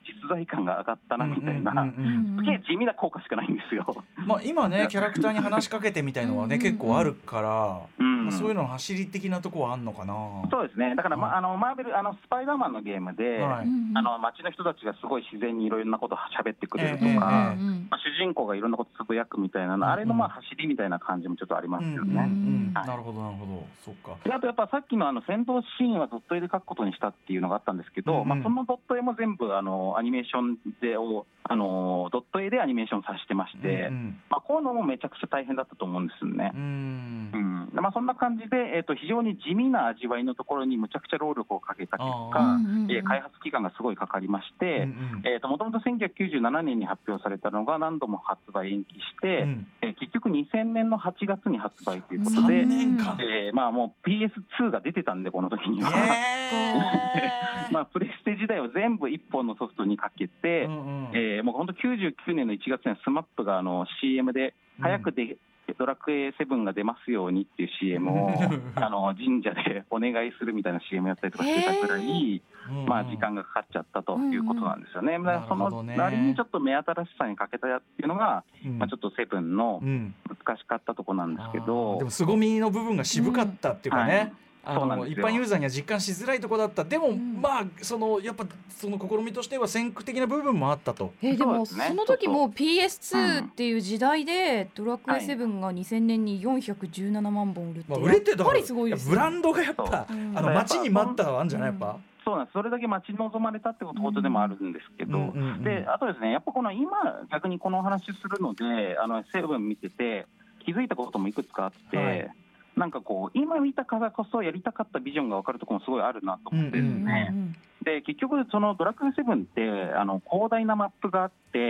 実在感が上がったなみたいな、すげえ地味な効果しかないんですよ。 まあ、今ねキャラクターに話しかけてみたいのはね結構あるから、うんまあ、そういうの走り的なところはあるのかな。 そうですね。だから、まあ、あのマーベルあのスパイダーマンのゲームで、はい、あの街の人たちがすごい自然にいろんなことを喋ってくれるとか、えーえーまあ、主人公がいろんなことつぶやくみたいなの、うん、あれのまあ走りみたいな感じもちょっとありますよね。うんうんうんはい、なるほどなるほど。そうか。であとやっぱさっきのあの戦闘シーンはドット絵で描くことにしたっていうのがあったんですけど、うんうんまあ、そのドット絵も全部あのアニメーションでをあのドット絵でアニメーションさせてまして、うんうんまあ、こういうのもめちゃくちゃ大変だったと思うんですよね。うんうんまあ、そんな感じで、えー、と非常に地味な味わいのところにむちゃくちゃ労力をかけた結果、うんうんえー、開発期間がすごいかかりまして、もともとせんきゅうひゃくきゅうじゅうななねんに発表されたのが何度も発売延期して、うんえー、結局にせんねんのはちがつに発売ということで、えーまあ、もう ピーエスツー が出てたんでこの時には、えーまあ、プレステ時代を全部いっぽんのソフトにかけて、うんうんえー、もう本当きゅうじゅうきゅうねんのいちがつにはスマップがあの シーエム で早くで、うんドラクエセブンが出ますようにっていう シーエム をあの神社でお願いするみたいな シーエム やったりとかしてたくらい、まあ、時間がかかっちゃったということなんですよね。うんうん、だからその割にちょっと目新しさに欠けたっていうのが、うんまあ、ちょっとセブンの難しかったところなんですけど、 うん、でも凄みの部分が渋かったっていうかね、うんはいあの一般ユーザーには実感しづらいところだった。でも、うん、まあそのやっぱその試みとしては先駆的な部分もあったと。 えー、でもその時も ピーエスツー っていう時代でドラクエセブンがにせんねんによんひゃくじゅうななまんぼん売るって、まあ、売れてやっぱりすごいです、ね、 ブランドがやっぱ、うん、あの待ちに待ったはあるんじゃないやっぱ、うんそうなんです。それだけ待ち望まれたってことでもあるんですけど、うんうんうんうん、であとですねやっぱこの今逆にこのお話するのであのセブン見てて気づいたこともいくつかあって、はいなんかこう今見たからこそやりたかったビジョンが分かるところもすごいあるなと思ってですね、うんうんうん、で結局そのドラクエセブンってあの広大なマップがあって、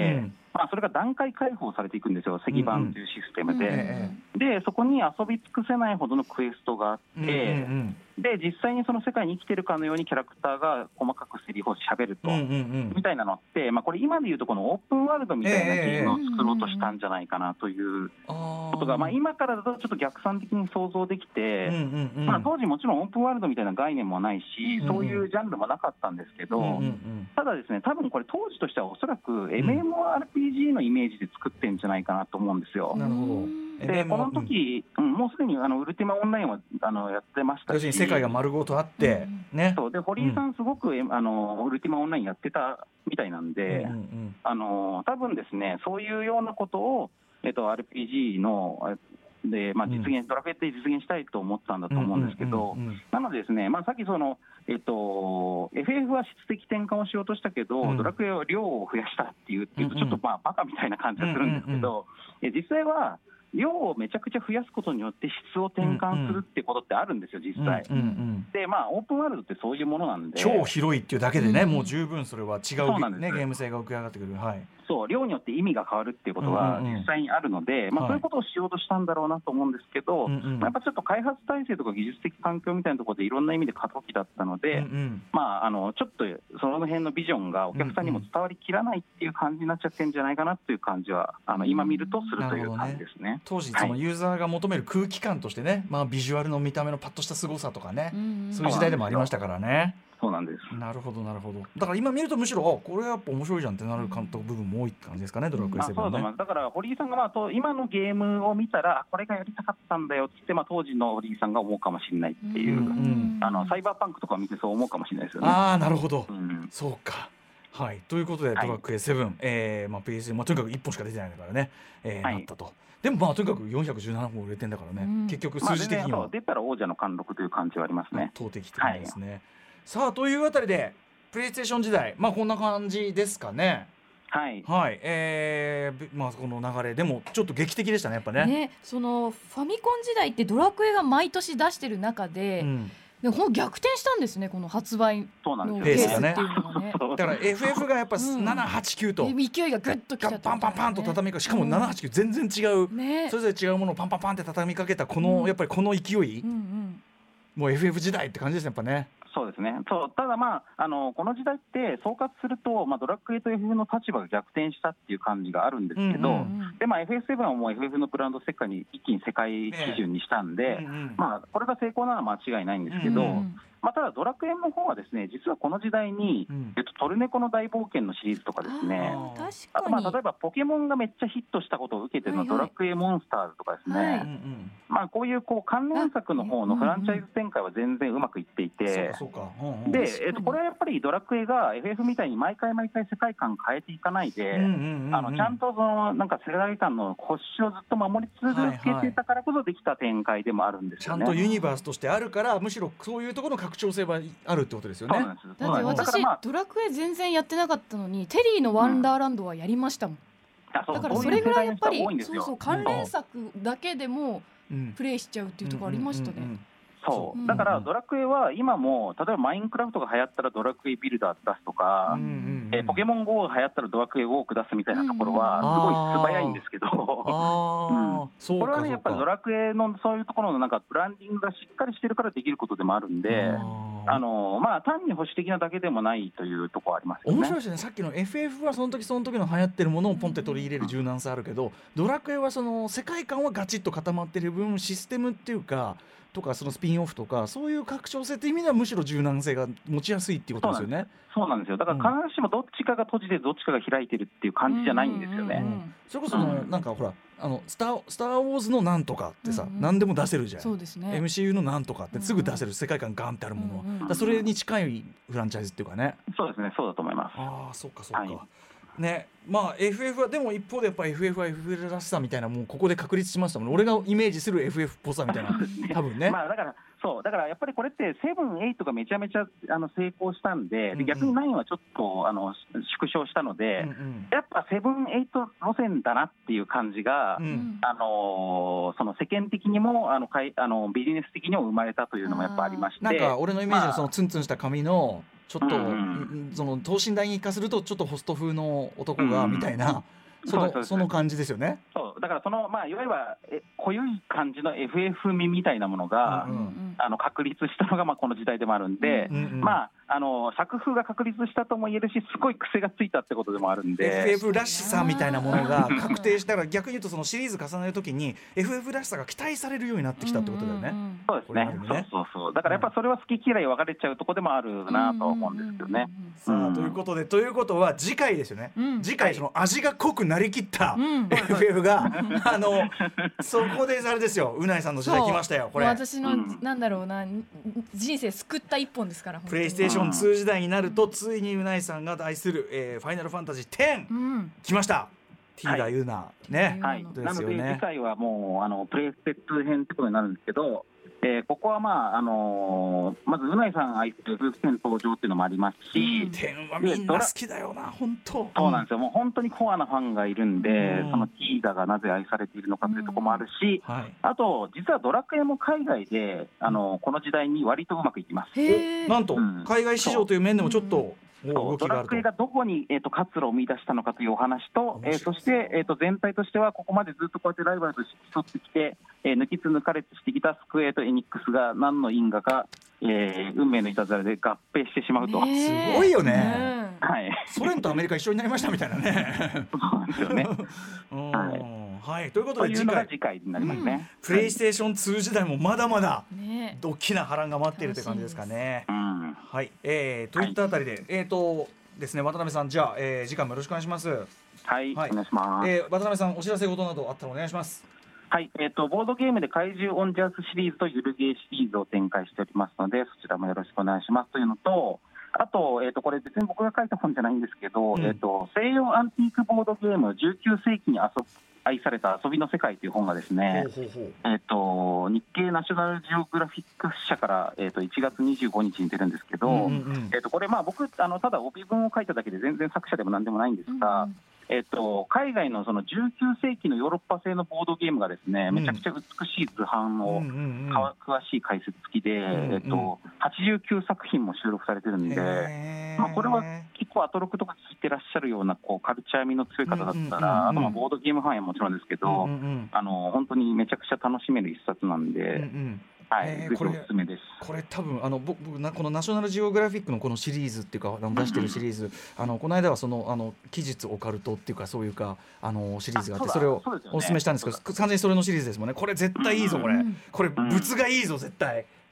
うんまあ、それが段階開放されていくんですよ石板というシステムで、うんうん、でそこに遊び尽くせないほどのクエストがあって、うんうんうんで実際にその世界に生きてるかのようにキャラクターが細かくセリフをしゃべると、うんうんうん、みたいなのって、まあ、これ今でいうとこのオープンワールドみたいなゲームを作ろうとしたんじゃないかなということが、まあ、今からだとちょっと逆算的に想像できて、うんうんうんまあ、当時もちろんオープンワールドみたいな概念もないし、うんうん、そういうジャンルもなかったんですけど、うんうんうん、ただですね多分これ当時としてはおそらく エムエムオーアールピージー のイメージで作ってんじゃないかなと思うんですよ。 なるほど。 でこの時、うん、もうすでにあのウルティマオンラインはあのやってましたし要するに世界が丸ごとあって、うんね、 そうで堀井さんすごく、うん、あのウルティマオンラインやってたみたいなんで、うんうん、あの多分ですねそういうようなことを、えっと、アールピージー ので、まあ、実現、うん、ドラクエって実現したいと思ったんだと思うんですけど、うんうんうんうん、なのでですね、まあ、さっきその、えっと、エフエフ は質的転換をしようとしたけど、うん、ドラクエは量を増やしたっていうっていうとちょっとまあバカみたいな感じがするんですけど、うんうんうん、実際は量をめちゃくちゃ増やすことによって質を転換するっていうことってあるんですよ実際、うんうんうん、でまあオープンワールドってそういうものなんで超広いっていうだけでね、うん、もう十分それは違う、ね、ゲーム性が浮き上がってくる、はい、 そう量によって意味が変わるっていうことは実際にあるので、うんうんうんまあ、そういうことをしようとしたんだろうなと思うんですけど、はいまあ、やっぱちょっと開発体制とか技術的環境みたいなところでいろんな意味で過渡期だったので、うんうんまあ、あのちょっとその辺のビジョンがお客さんにも伝わりきらないっていう感じになっちゃってるんじゃないかなっていう感じはあの今見るとするという感じですね。ね当時そのユーザーが求める空気感としてね、まあ、ビジュアルの見た目のパッとした凄さとかね、うんうん、そういう時代でもありましたからね。 そうなんです。 なるほどなるほど。だから今見るとむしろこれはやっぱ面白いじゃんってなる監督部分も多いって感じですかね、ドラクエセブンね。 まあ、だから堀井さんがまあと今のゲームを見たらこれがやりたかったんだよって、まあ、当時の堀井さんが思うかもしれないっていう、うんうん、あのサイバーパンクとか見てそう思うかもしれないですよね。 ああなるほど、うん、そうか。はい、ということで、はい、ドラクエセブン、えーまあ、ピーエス、まあ、とにかくいっぽんしか出てないからね、えーはい、なったと。でもまあとにかくよんひゃくじゅうななほん売れてんだからね、うん、結局数字的には、 まあ、出たら王者の貫禄という感じはありますね。 圧倒的ですね、はい、さあというあたりでプレイステーション時代、まあ、こんな感じですかね。 はい、 はいえーまあ、この流れでもちょっと劇的でしたねやっぱ ね, ねそのファミコン時代ってドラクエが毎年出してる中で、うんでも逆転したんですねこの発売のペースっていうのがね。 だから エフエフ がやっぱななはちきゅうと、うん、 勢いがグッときちゃった、ね、 パンパンパンと畳みかけしかもななはちきゅう全然違う、ね、それぞれ違うものをパンパンパンって畳みかけたこの、うん、やっぱりこの勢い、うんうん、もう エフエフ 時代って感じですねやっぱね。 そうですね。そうただ、まあ、あのこの時代って総括すると、まあ、ドラクエと エフエフ の立場が逆転したっていう感じがあるんですけど、うんうん、でまあ、エフエフセブン はもう エフエフ のブランド世界に一気に世界基準にしたんで、ねうんうんまあ、これが成功なら間違いないんですけど、うんうんまあ、ただドラクエの方はですね、実はこの時代に、うん、えっと、トルネコの大冒険のシリーズとかですね、あ, あとまあ例えばポケモンがめっちゃヒットしたことを受けてのドラクエモンスターズとかですね、はいはい、まあ、こういうこう関連作の方のフランチャイズ展開は全然うまくいっていて、で、えっと、これはやっぱりドラクエが エフエフ みたいに毎回毎回世界観変えていかないで、あのちゃんとそのなんか世界観の星をずっと守り続けてたからこそできた展開でもあるんですよね。 ちゃんとユニバースとしてあるから、むしろそういうところの拡張性はあるってことですよね。 だって私、まあ、ドラクエ全然やってなかったのにテリーのワンダーランドはやりましたもん、うん、だからそれぐらいやっぱりそうそう関連作だけでもプレイしちゃうっていうところありましたね。 そうだからドラクエは今も例えばマインクラフトが流行ったらドラクエビルダー出すとか、うんうんうん、えポケモン ゴー が流行ったらドラクエウォーク出すみたいなところはすごい素早いんですけど、これはねやっぱりドラクエのそういうところのなんかブランディングがしっかりしてるからできることでもあるんで、あのまあ単に保守的なだけでもないというところありますよね。 面白いですね。さっきの エフエフ はその時その時の流行ってるものをポンって取り入れる柔軟さあるけど、ドラクエはその世界観はガチッと固まってる分システムっていうかとかそのスピンオフとかそういう拡張性っていう意味ではむしろ柔軟性が持ちやすいっていうことですよね。 そうなんですよ。だから必ずしもどっちかが閉じてどっちかが開いてるっていう感じじゃないんですよね。うんうんうん、 それこその、うん、なんかほらあのスター、スターウォーズのなんとかってさ、うんうん、何でも出せるじゃん。 そうですね。 エムシーユー のなんとかってすぐ出せる世界観ガンってあるものは、うんうん、だそれに近いフランチャイズっていうかね。 そうですね。そうだと思います。 ああ、そうかそうか。はいね、まあ エフエフ はでも一方でやっぱ エフエフ は エフエフ らしさみたいなもうここで確立しましたもん。俺がイメージする エフエフ っぽさみたいな多分ね。 まあだからそうだからやっぱりこれってセブン、エイトがめちゃめちゃあの成功したんで、で逆にナインはちょっとあの縮小したので、うんうん、やっぱセブン、エイト路線だなっていう感じが、うん、あのその世間的にもあのかいあのビジネス的にも生まれたというのもやっぱありまして、 なんか俺のイメージはそのツンツンした髪のちょっと、うんうん、その等身大に化するとちょっとホスト風の男がみたいな、うん、その、その感じですよね。 そうだからその、まあ、いわゆるえ濃い感じの エフエフ 味みたいなものが、うんうん、あの確立したのがまあこの時代でもあるんで、うんうん、まああの作風が確立したとも言えるしすごい癖がついたってことでもあるんでエフエフ らしさみたいなものが確定したら逆に言うとそのシリーズ重ねるときに エフエフ らしさが期待されるようになってきたってことだよね。 そうですね。そうそうそう。だからやっぱそれは好き嫌い分かれちゃうところでもあるなと思うんですけどね。 さあということでということは次回ですよね、うん、次回その味が濃くなりきった エフエフ が、うん、あのそこであれですよ、うないさんの時代来ましたよこれ。 私の、うん、なんだろうな人生救った一本ですから。 プレイステーションツー時代になると、うん、ついにうないさんが愛する、えー、ファイナルファンタジーテン、うん、来ました。ティーダユナね、 はい、なので次回はもうあのプレイステツ編ってことになるんですけど、えー、ここはまああのー、まずうないさん愛する エフエフ テン登場っていうのもありますし、 テンはみんな好きだよな本当。 そうなんですよ。もう本当にコアなファンがいるんで、うん、そのティーダがなぜ愛されているのかというところもあるし、うんはい、あと実はドラクエも海外であのこの時代に割とうまくいきます。 なんと、うん、海外市場という面でもちょっとそうドラクエがどこに、えー、と活路を見出したのかというお話と、えー、そして、えー、と全体としてはここまでずっとこうやってライバルとして競ってきて、えー、抜きつ抜かれつしてきたスクエアとエニックスが何の因果か、えー、運命のいたずらで合併してしまうと、 すごいよね、 はい、 ソ連とアメリカ一緒になりましたみたいなねそうなんですよねはい、ということで次回、 次回になりますね、うん、 プレイステーションツー時代もまだまだ大きな波乱が待っているという感じですかね、うん、はい、えー、といったあたりで、はい、えーとですね、渡辺さんじゃあ、えー、次回もよろしくお願いします。 はい、はい、お願いします、 えー、渡辺さんお知らせ事などあったらお願いします。 はい、えーとボードゲームで怪獣オンジャースシリーズとゆるゲーシリーズを展開しておりますので、そちらもよろしくお願いしますというのと、あと、えー、とこれ別に僕が書いた本じゃないんですけど、うん、えー、と西洋アンティークボードゲームじゅうきゅう世紀に遊ぶ愛された遊びの世界という本がですね、ほうほうほう、えー、と日経ナショナルジオグラフィック社から、えー、といちがつにじゅうごにちに出るんですけど、うんうんうん、えー、とこれまあ僕あのただ帯文を書いただけで全然作者でも何でもないんですが、うんうん、えー、と海外のそのじゅうきゅう世紀のヨーロッパ製のボードゲームがですね、めちゃくちゃ美しい図版を、うんうんうん、詳しい解説付きで、うんうん、えー、とはちじゅうきゅうさく品も収録されてるんで、まあ、これは結構アトロクとか聞いてらっしゃるようなこうカルチャー味の強い方だったら、うんうんうんうん、あとまあボードゲームファンはもちろんですけど、うんうんうん、あの本当にめちゃくちゃ楽しめる一冊なんで、うんうん、はい、えー、ぜひおすすめです。 これ多分あの僕なこのナショナルジオグラフィックのこのシリーズっていうか出してるシリーズ、あのこの間はそのあの奇術オカルトっていうかそういうかあのシリーズがあって、それをおすすめしたんですけど、完全にそれのシリーズですもんね。これ絶対いいぞ、これ、うん、これ物がいいぞ絶対。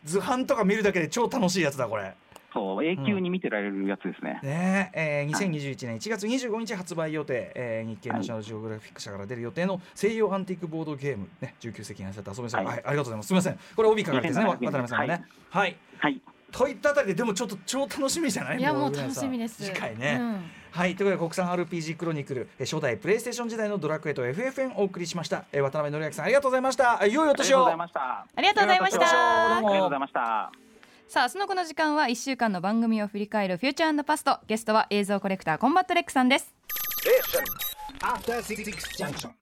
図版とか見るだけで超楽しいやつだこれ。 そう永久に見てられるやつですね。 うん、ねえー、にせんにじゅういちねんいちがつにじゅうごにち発売予定、えー、日経ナショナルジオグラフィック社から出る予定の西洋アンティークボードゲーム、ね、じゅうきゅうせきになさった遊びさん、はいはい、ありがとうございます。すみませんこれ帯書かれてですね渡辺さんがね。はい、はい、といったあたりででもちょっと超楽しみじゃない？ いやもう楽しみです。 次回ね。うん、はい、ということで国産 アールピージー クロニクル初代プレイステーション時代のドラクエと エフエフエヌ をお送りしました。えー、渡辺則明さんありがとうございました。良いお年を。 ありがとうございました。 ありがとうございました。 ありがとうございました。 さあ明日のこの時間はいっしゅうかんの番組を振り返るフューチャー&パスト。ゲストは映像コレクターコンバットレックさんです。